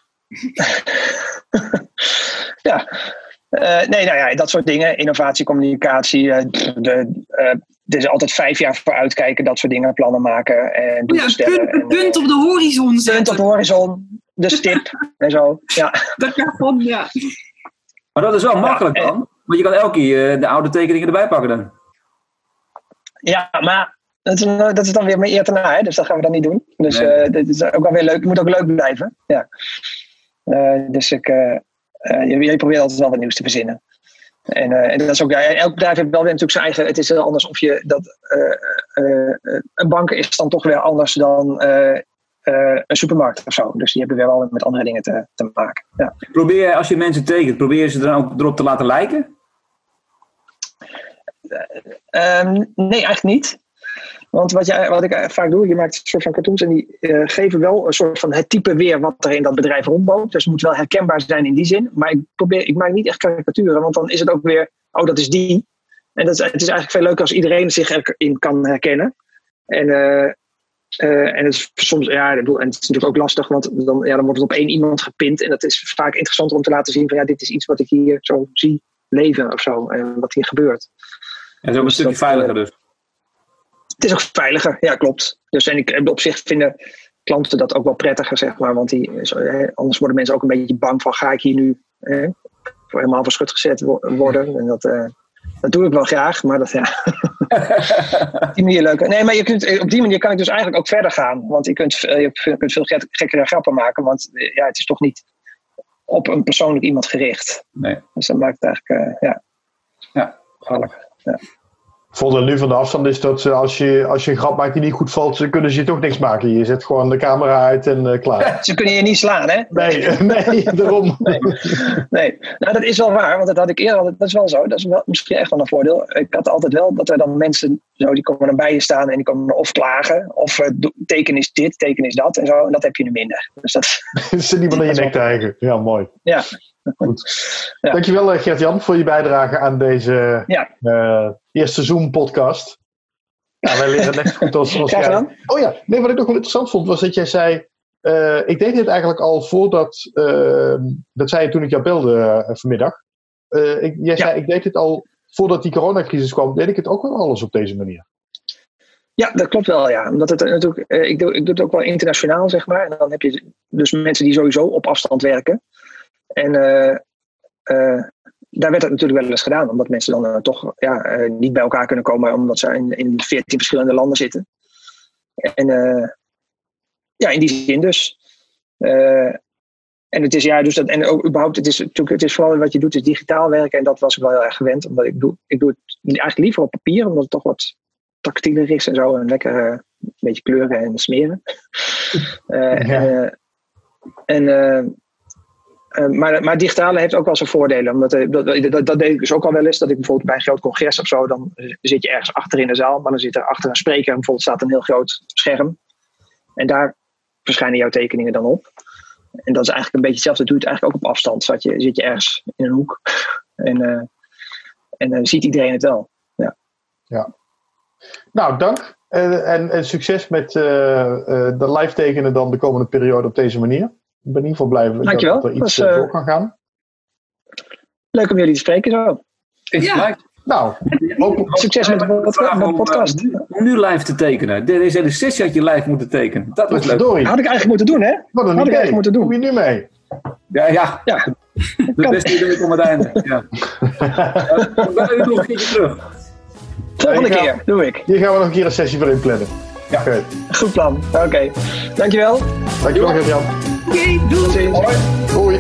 Ja. Dat soort dingen. Innovatie, communicatie. Er is altijd 5 jaar voor uitkijken, dat soort dingen, plannen maken. En een punt op de horizon zetten. Punt op de horizon, de stip en zo. Ja. Dat kan, ja. Maar dat is wel makkelijk dan. Want je kan elke keer de oude tekeningen erbij pakken dan. Ja, maar dat is dan weer mijn eer te na, hè? Dus dat gaan we dan niet doen. Dus dit is ook wel weer leuk. Het moet ook leuk blijven. Ja. Dus je probeert altijd wel wat nieuws te verzinnen. En dat is ook, elk bedrijf heeft wel weer natuurlijk zijn eigen... Het is heel anders of je dat... een bank is dan toch weer anders dan een supermarkt of zo. Dus die hebben weer wel met andere dingen te maken. Ja. Als je mensen tekent, probeer je ze dan ook erop te laten lijken? Nee, eigenlijk niet. Want wat ik vaak doe, je maakt een soort van cartoons en die geven wel een soort van het type weer wat er in dat bedrijf rondloopt. Dus het moet wel herkenbaar zijn in die zin. Maar ik maak niet echt karikaturen, want dan is het ook weer, dat is die. En het is eigenlijk veel leuker als iedereen zich erin kan herkennen. En het is soms, en het is natuurlijk ook lastig, want dan wordt het op één iemand gepint. En dat is vaak interessanter om te laten zien van dit is iets wat ik hier zo zie leven of zo. En wat hier gebeurt. En het is ook een stukje veiliger dus. Het is ook veiliger, ja, klopt. Dus en ik op zich vinden klanten dat ook wel prettiger, zeg maar. Want anders worden mensen ook een beetje bang van, ga ik hier nu helemaal voor schut gezet worden? En dat doe ik wel graag, maar dat op die manier leuk. Nee, maar op die manier kan ik dus eigenlijk ook verder gaan. Want je kunt veel gekkere grappen maken, want het is toch niet op een persoonlijk iemand gericht. Nee. Dus dat maakt het eigenlijk, makkelijk. Ja. Voordeel nu van de afstand is dat als je een grap maakt die niet goed valt, kunnen ze je toch niks maken. Je zet gewoon de camera uit en klaar. Ze kunnen je niet slaan, hè? Nee, daarom. Nee. Nou, dat is wel waar, want dat had ik eerder altijd. Dat is wel zo. Dat is wel misschien echt wel een voordeel. Ik had altijd wel dat er dan mensen die komen dan bij je staan en die komen of klagen, of teken is dit, teken is dat en zo. En dat heb je nu minder. Dus dat zit niemand in je nek te eigen. Ja, mooi. Ja. Goed. Ja. Dankjewel Gert-Jan voor je bijdrage aan deze eerste Zoom-podcast. Ja, wij leren net goed als jij... Oh ja, nee, wat ik nog wel interessant vond was dat jij zei... ik deed dit eigenlijk al voordat... dat zei je toen ik jou belde vanmiddag. Jij zei, ik deed dit al voordat die coronacrisis kwam. Deed ik het ook wel alles op deze manier? Ja, dat klopt wel, ja. Omdat het natuurlijk... ik doe het ook wel internationaal, zeg maar. En dan heb je dus mensen die sowieso op afstand werken. En daar werd het natuurlijk wel eens gedaan, omdat mensen dan toch niet bij elkaar kunnen komen, omdat ze in 14 verschillende landen zitten. En in die zin dus. En het is dus dat, en ook überhaupt, het is vooral wat je doet, is digitaal werken. En dat was ik wel heel erg gewend, omdat ik doe het eigenlijk liever op papier, omdat het toch wat tactieler is en zo. En lekker een beetje kleuren en smeren. Maar digitale heeft ook wel zijn voordelen. Omdat, dat deed ik dus ook al wel eens. Dat ik bijvoorbeeld bij een groot congres of zo. Dan zit je ergens achter in de zaal. Maar dan zit er achter een spreker. En bijvoorbeeld staat een heel groot scherm. En daar verschijnen jouw tekeningen dan op. En dat is eigenlijk een beetje hetzelfde. Doe je het eigenlijk ook op afstand. Zit je ergens in een hoek. En dan ziet iedereen het wel. Ja. Nou, dank. En succes met de live tekenen dan de komende periode op deze manier. Ik ben in ieder geval blij dat er iets door kan gaan. Leuk om jullie te spreken zo. Ja. Nou, succes met de podcast. Om nu live te tekenen. Deze hele sessie had je live moeten tekenen. Dat was leuk. Had ik eigenlijk moeten doen, hè? Wat een idee. Doe je nu mee? Ja. Het beste idee om het einde. Ja. Dan ben je nog een keertje terug. Volgende keer, doe ik. Hier gaan we nog een keer een sessie voor inplannen. Ja. Okay. Goed plan. Oké. Dankjewel. Dankjewel, Gert-Jan. Oké, doei. Hoi.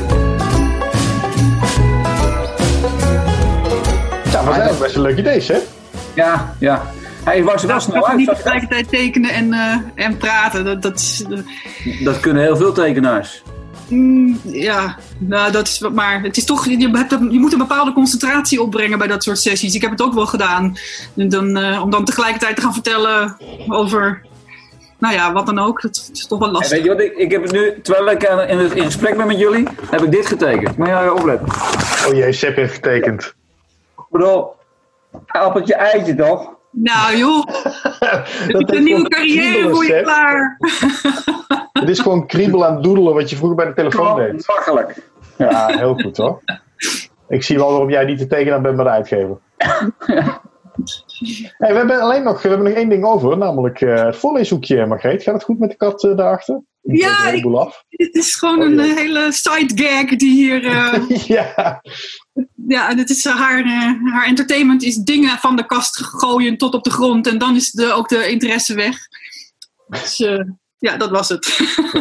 Ja, maar zijn ook best een leuke ideeën, hè? Ja. Hij was er wel snel uit. Niet tegelijkertijd tekenen en praten. Dat kunnen heel veel tekenaars. Ja, nou, dat is maar. Het is toch, je moet een bepaalde concentratie opbrengen bij dat soort sessies. Ik heb het ook wel gedaan. Om dan tegelijkertijd te gaan vertellen over. Nou ja, wat dan ook. Dat is toch wel lastig. Weet je wat, ik heb het nu, terwijl ik in gesprek ben met jullie, heb ik dit getekend. Moet je opletten. Oh jee, Sepp heeft getekend. Ik bedoel, appeltje eitje toch? Nou joh, dat is een nieuwe carrière voor je klaar. Het is gewoon kriebelen en doedelen wat je vroeger bij de telefoon deed. Makkelijk. Ja, heel goed hoor. Ik zie wel waarom jij niet te tekenen bent bij de uitgever. Hey, we hebben nog één ding over, namelijk het voorleeshoekje, Margreet. Gaat het goed met de kat daarachter? Ja, het is gewoon een hele side gag die hier... Ja, dit is haar entertainment is dingen van de kast gooien tot op de grond. En dan is ook de interesse weg. Dus ja, dat was het.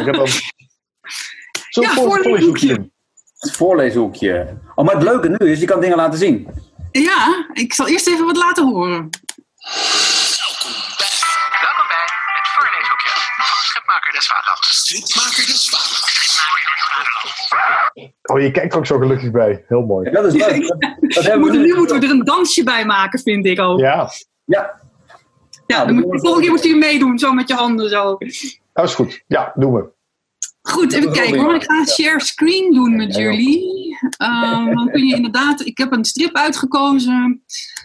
Voorleeshoekje. Het voorleeshoekje. Oh, maar het leuke nu is, je kan dingen laten zien. Ja, ik zal eerst even wat laten horen. Welkom bij het voorleeshoekje van de Schipmaker des Vaderlands. Schipmaker des Vaderlands. Oh, je kijkt er ook zo gelukkig bij. Heel mooi. Ja, dat is leuk. Nu moeten we er een dansje bij maken, vind ik ook. Ja. De volgende keer moet je meedoen, zo met je handen zo. Dat is goed. Ja, doen we. Goed, even kijken hoor. Ik ga een share screen doen met jullie. Dan kun je inderdaad... Ik heb een strip uitgekozen.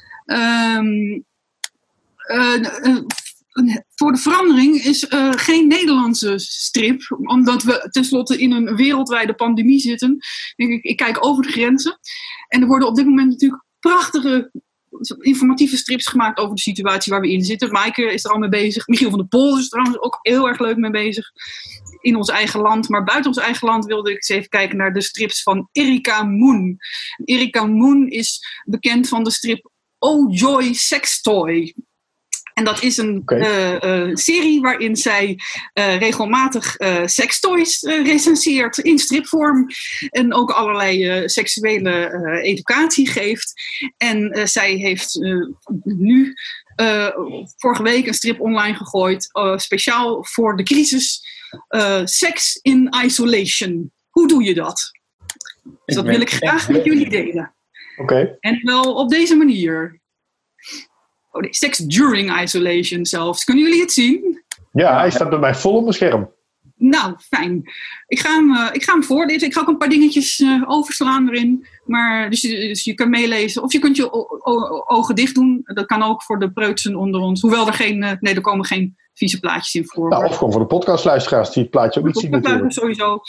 Voor de verandering is geen Nederlandse strip. Omdat we tenslotte in een wereldwijde pandemie zitten. Ik kijk over de grenzen. En er worden op dit moment natuurlijk prachtige informatieve strips gemaakt over de situatie waar we in zitten. Maaike is er al mee bezig. Michiel van der Pol is er trouwens ook heel erg leuk mee bezig. In ons eigen land. Maar buiten ons eigen land wilde ik eens even kijken naar de strips van Erika Moen. Erika Moen is bekend van de strip Oh Joy Sextoy. En dat is een serie waarin zij regelmatig sextoys recenseert in stripvorm. En ook allerlei seksuele educatie geeft. En zij heeft nu vorige week een strip online gegooid. Speciaal voor de crisis. Sex in Isolation. Hoe doe je dat? Dus dat wil ik graag met jullie delen. Oké. En wel op deze manier. Oh nee, sex during isolation zelfs. Kunnen jullie het zien? Ja, hij staat bij mij vol op mijn scherm. Nou, fijn. Ik ga hem voorlezen. Ik ga ook een paar dingetjes overslaan erin. Maar, dus je kan meelezen. Of je kunt je ogen dicht doen. Dat kan ook voor de preutsen onder ons. Hoewel er komen geen vieze plaatjes in voor. Nou, of gewoon voor de podcastluisteraars die het plaatje ook niet zien natuurlijk. Sowieso.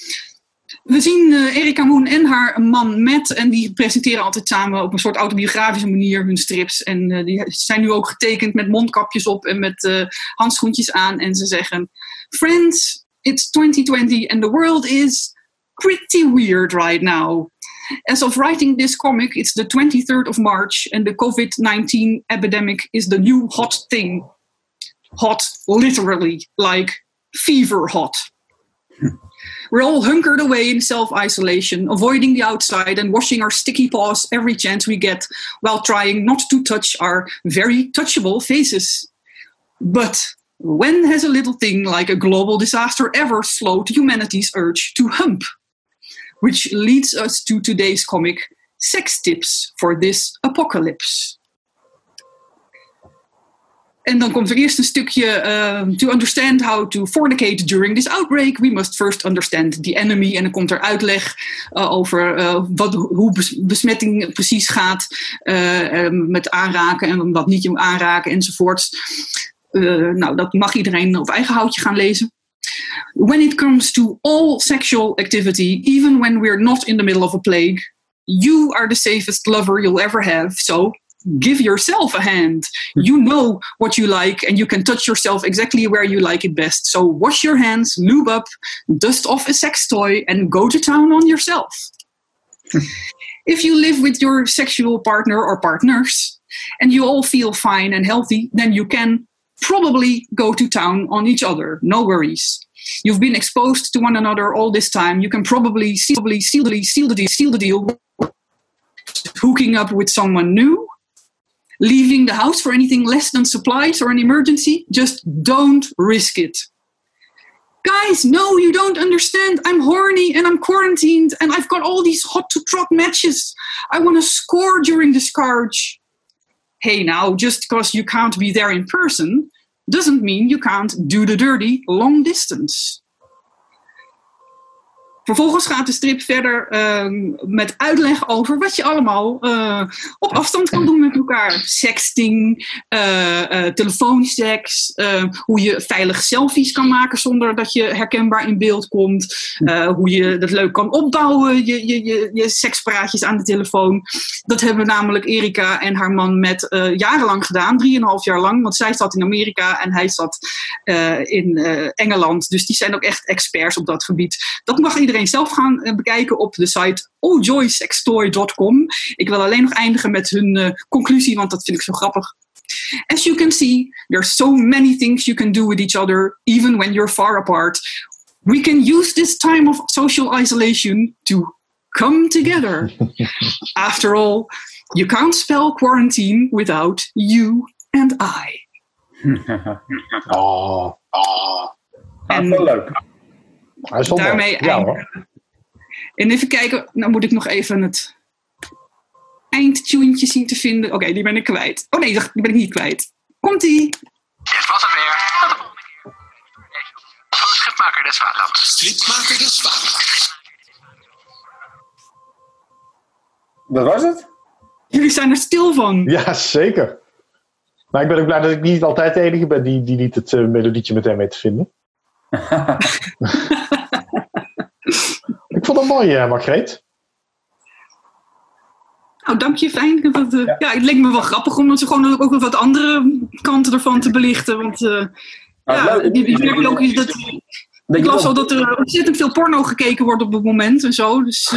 We zien Erika Moen en haar man Matt. En die presenteren altijd samen op een soort autobiografische manier hun strips. En die zijn nu ook getekend met mondkapjes op en met handschoentjes aan. En ze zeggen: Friends, it's 2020 and the world is pretty weird right now. As of writing this comic, it's the 23rd of March. And the COVID-19 epidemic is the new hot thing. Hot, literally, like fever hot. We're all hunkered away in self-isolation, avoiding the outside and washing our sticky paws every chance we get, while trying not to touch our very touchable faces. But when has a little thing like a global disaster ever slowed humanity's urge to hump? Which leads us to today's comic, Sex Tips for This Apocalypse. En dan komt er eerst een stukje to understand how to fornicate during this outbreak. We must first understand the enemy. En dan komt er uitleg over hoe besmetting precies gaat. Met aanraken en wat niet aanraken enzovoorts. Dat mag iedereen op eigen houtje gaan lezen. When it comes to all sexual activity, even when we're not in the middle of a plague, you are the safest lover you'll ever have. So give yourself a hand. You know what you like and you can touch yourself exactly where you like it best. So wash your hands, lube up, dust off a sex toy and go to town on yourself. If you live with your sexual partner or partners and you all feel fine and healthy, then you can probably go to town on each other. No worries. You've been exposed to one another all this time. You can probably seal the deal. Hooking up with someone new. Leaving the house for anything less than supplies or an emergency. Just don't risk it. Guys, no, you don't understand. I'm horny and I'm quarantined and I've got all these hot to trot matches. I want to score during the scourge. Hey, now, just because you can't be there in person doesn't mean you can't do the dirty long distance. Vervolgens gaat de strip verder met uitleg over wat je allemaal op afstand kan doen met elkaar. Sexting, telefoonseks, hoe je veilig selfies kan maken zonder dat je herkenbaar in beeld komt. Hoe je dat leuk kan opbouwen, je sekspraatjes aan de telefoon. Dat hebben namelijk Erika en haar man met jarenlang gedaan, 3,5 jaar lang. Want zij zat in Amerika en hij zat in Engeland. Dus die zijn ook echt experts op dat gebied. Dat mag iedereen zelf gaan bekijken op de site ohjoysextoy.com. Ik wil alleen nog eindigen met hun conclusie, want dat vind ik zo grappig. As you can see, there's so many things you can do with each other, even when you're far apart. We can use this time of social isolation to come together. After all, you can't spell quarantine without you and I. En leuk. Daarmee eindigen. En even kijken, nou moet ik nog even het eindtuentje zien te vinden. Oké, die ben ik kwijt. Oh nee, die ben ik niet kwijt. Komt-ie. Dit was het weer. Van de Stripmaker des Vaderlands. Stripmaker des Vaderlands. Dat was het? Jullie zijn er stil van. Ja, zeker. Maar ik ben ook blij dat ik niet altijd de enige ben die niet het melodietje meteen weet te vinden. Ik vond het mooi, Margreet. Nou, dank je, fijn. Ja, het leek me wel grappig om ze gewoon ook wat andere kanten ervan te belichten. Want ik las al dat er ontzettend veel porno gekeken wordt op het moment en zo. Dus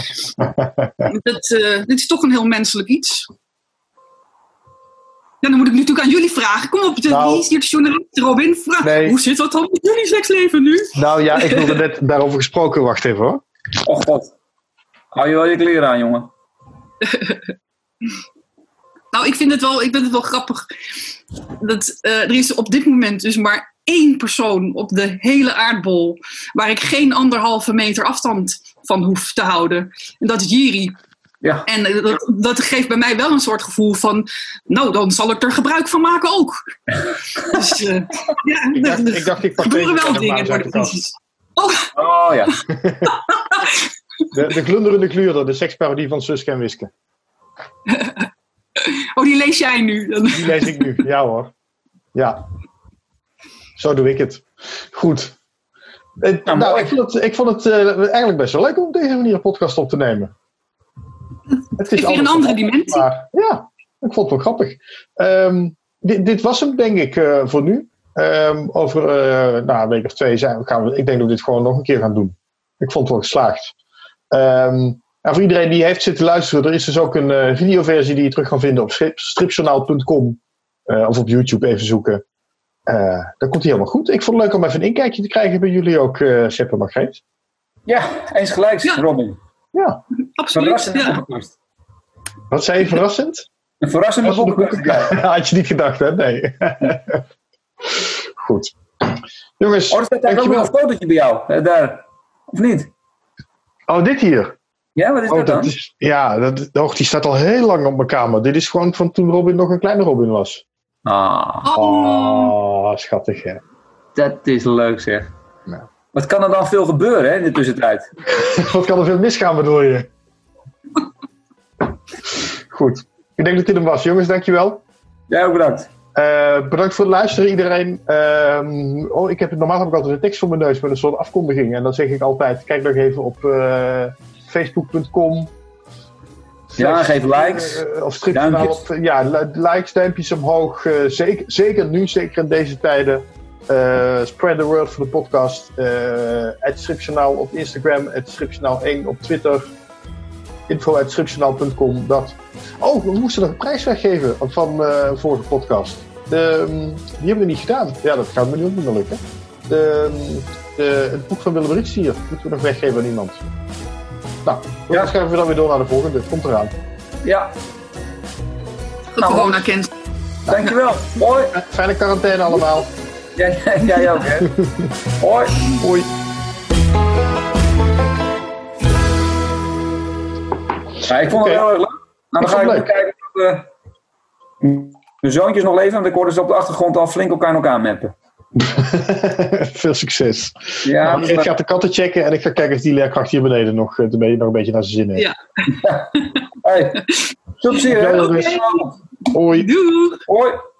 dit is toch een heel menselijk iets. Ja, dan moet ik natuurlijk aan jullie vragen. Kom op, wie is hier de journalist, Robin? Hoe zit dat dan met jullie seksleven nu? Nou ja, ik wilde net daarover gesproken. Wacht even hoor. Oh god. Hou je wel je kleren aan, jongen. Nou, ik vind het wel grappig. Dat er is op dit moment dus maar 1 persoon op de hele aardbol waar ik geen 1,5 meter afstand van hoef te houden. En dat is Jiri. Ja. En dat geeft bij mij wel een soort gevoel van, nou, dan zal ik er gebruik van maken ook. Dus ik dacht ik pak gebeuren wel dingen voor de crisis. Oh ja. De glunderende gluurder, de seksparodie van Suske en Wiske. Oh, die lees jij nu? Die lees ik nu, ja hoor. Ja. Zo doe ik het. Goed. Nou, ik vond het eigenlijk best wel leuk om op deze manier een podcast op te nemen. Het is weer een andere dimensie. Maar, ja, ik vond het wel grappig. Dit was hem, denk ik, voor nu. Over een week of 2 ik denk dat we dit gewoon nog een keer gaan doen. Ik vond het wel geslaagd. Voor iedereen die heeft zitten luisteren, er is dus ook een videoversie die je terug kan vinden op stripjournaal.com of op YouTube even zoeken. Dat komt helemaal goed. Ik vond het leuk om even een inkijkje te krijgen bij jullie ook, Sepp en Margreet. Ja, eens gelijk, Robin. Ja, absoluut. Ja. Wat zei je, verrassend? Een verrassende podcast. Had je niet gedacht, hè? Nee. Goed. Jongens. Er staat ook wel een fotootje bij jou, daar. Of niet? Oh, dit hier? Ja, wat is dat dan? Die staat al heel lang op mijn kamer. Dit is gewoon van toen Robin nog een kleine Robin was. Schattig hè. Dat is leuk zeg. Ja. Wat kan er dan veel gebeuren hè, in de tussentijd? Wat kan er veel misgaan, bedoel je? Goed. Ik denk dat dit hem was. Jongens, dankjewel. Jij ook bedankt. Bedankt voor het luisteren iedereen. Normaal heb ik altijd een tekst voor mijn neus met een soort afkondiging. En dan zeg ik altijd, kijk nog even op facebook.com. Ja, geef likes. Of stripjournaal. Likes, duimpjes omhoog. Zeker nu, zeker in deze tijden. Spread the word voor de podcast. @stripjournaal op Instagram. @stripjournaal1 op Twitter. info@stripjournaal.com. We moesten nog een prijs weggeven van vorige podcast. Die hebben we niet gedaan. Ja, dat gaat me nu ook niet meer lukken. Het boek van Willem Ritsier moeten we nog weggeven aan iemand. Nou, dan schuiven we dan weer door naar de volgende. Het komt eraan. Ja. Corona kent. Dankjewel. Hoi. Fijne quarantaine allemaal. Jij ook, hè. Hoi. Hoi. Ja, ik vond het heel erg leuk. Nou, dan ga ik even kijken of mijn zoontjes nog leven. Want ik hoorde ze op de achtergrond al flink elkaar mappen. Veel succes. Ja, ik ga de katten checken en ik ga kijken of die leerkracht hier beneden nog een beetje naar zijn zin heeft. Ja. Hey, tot ziens. Hoi. Doei. Hoi.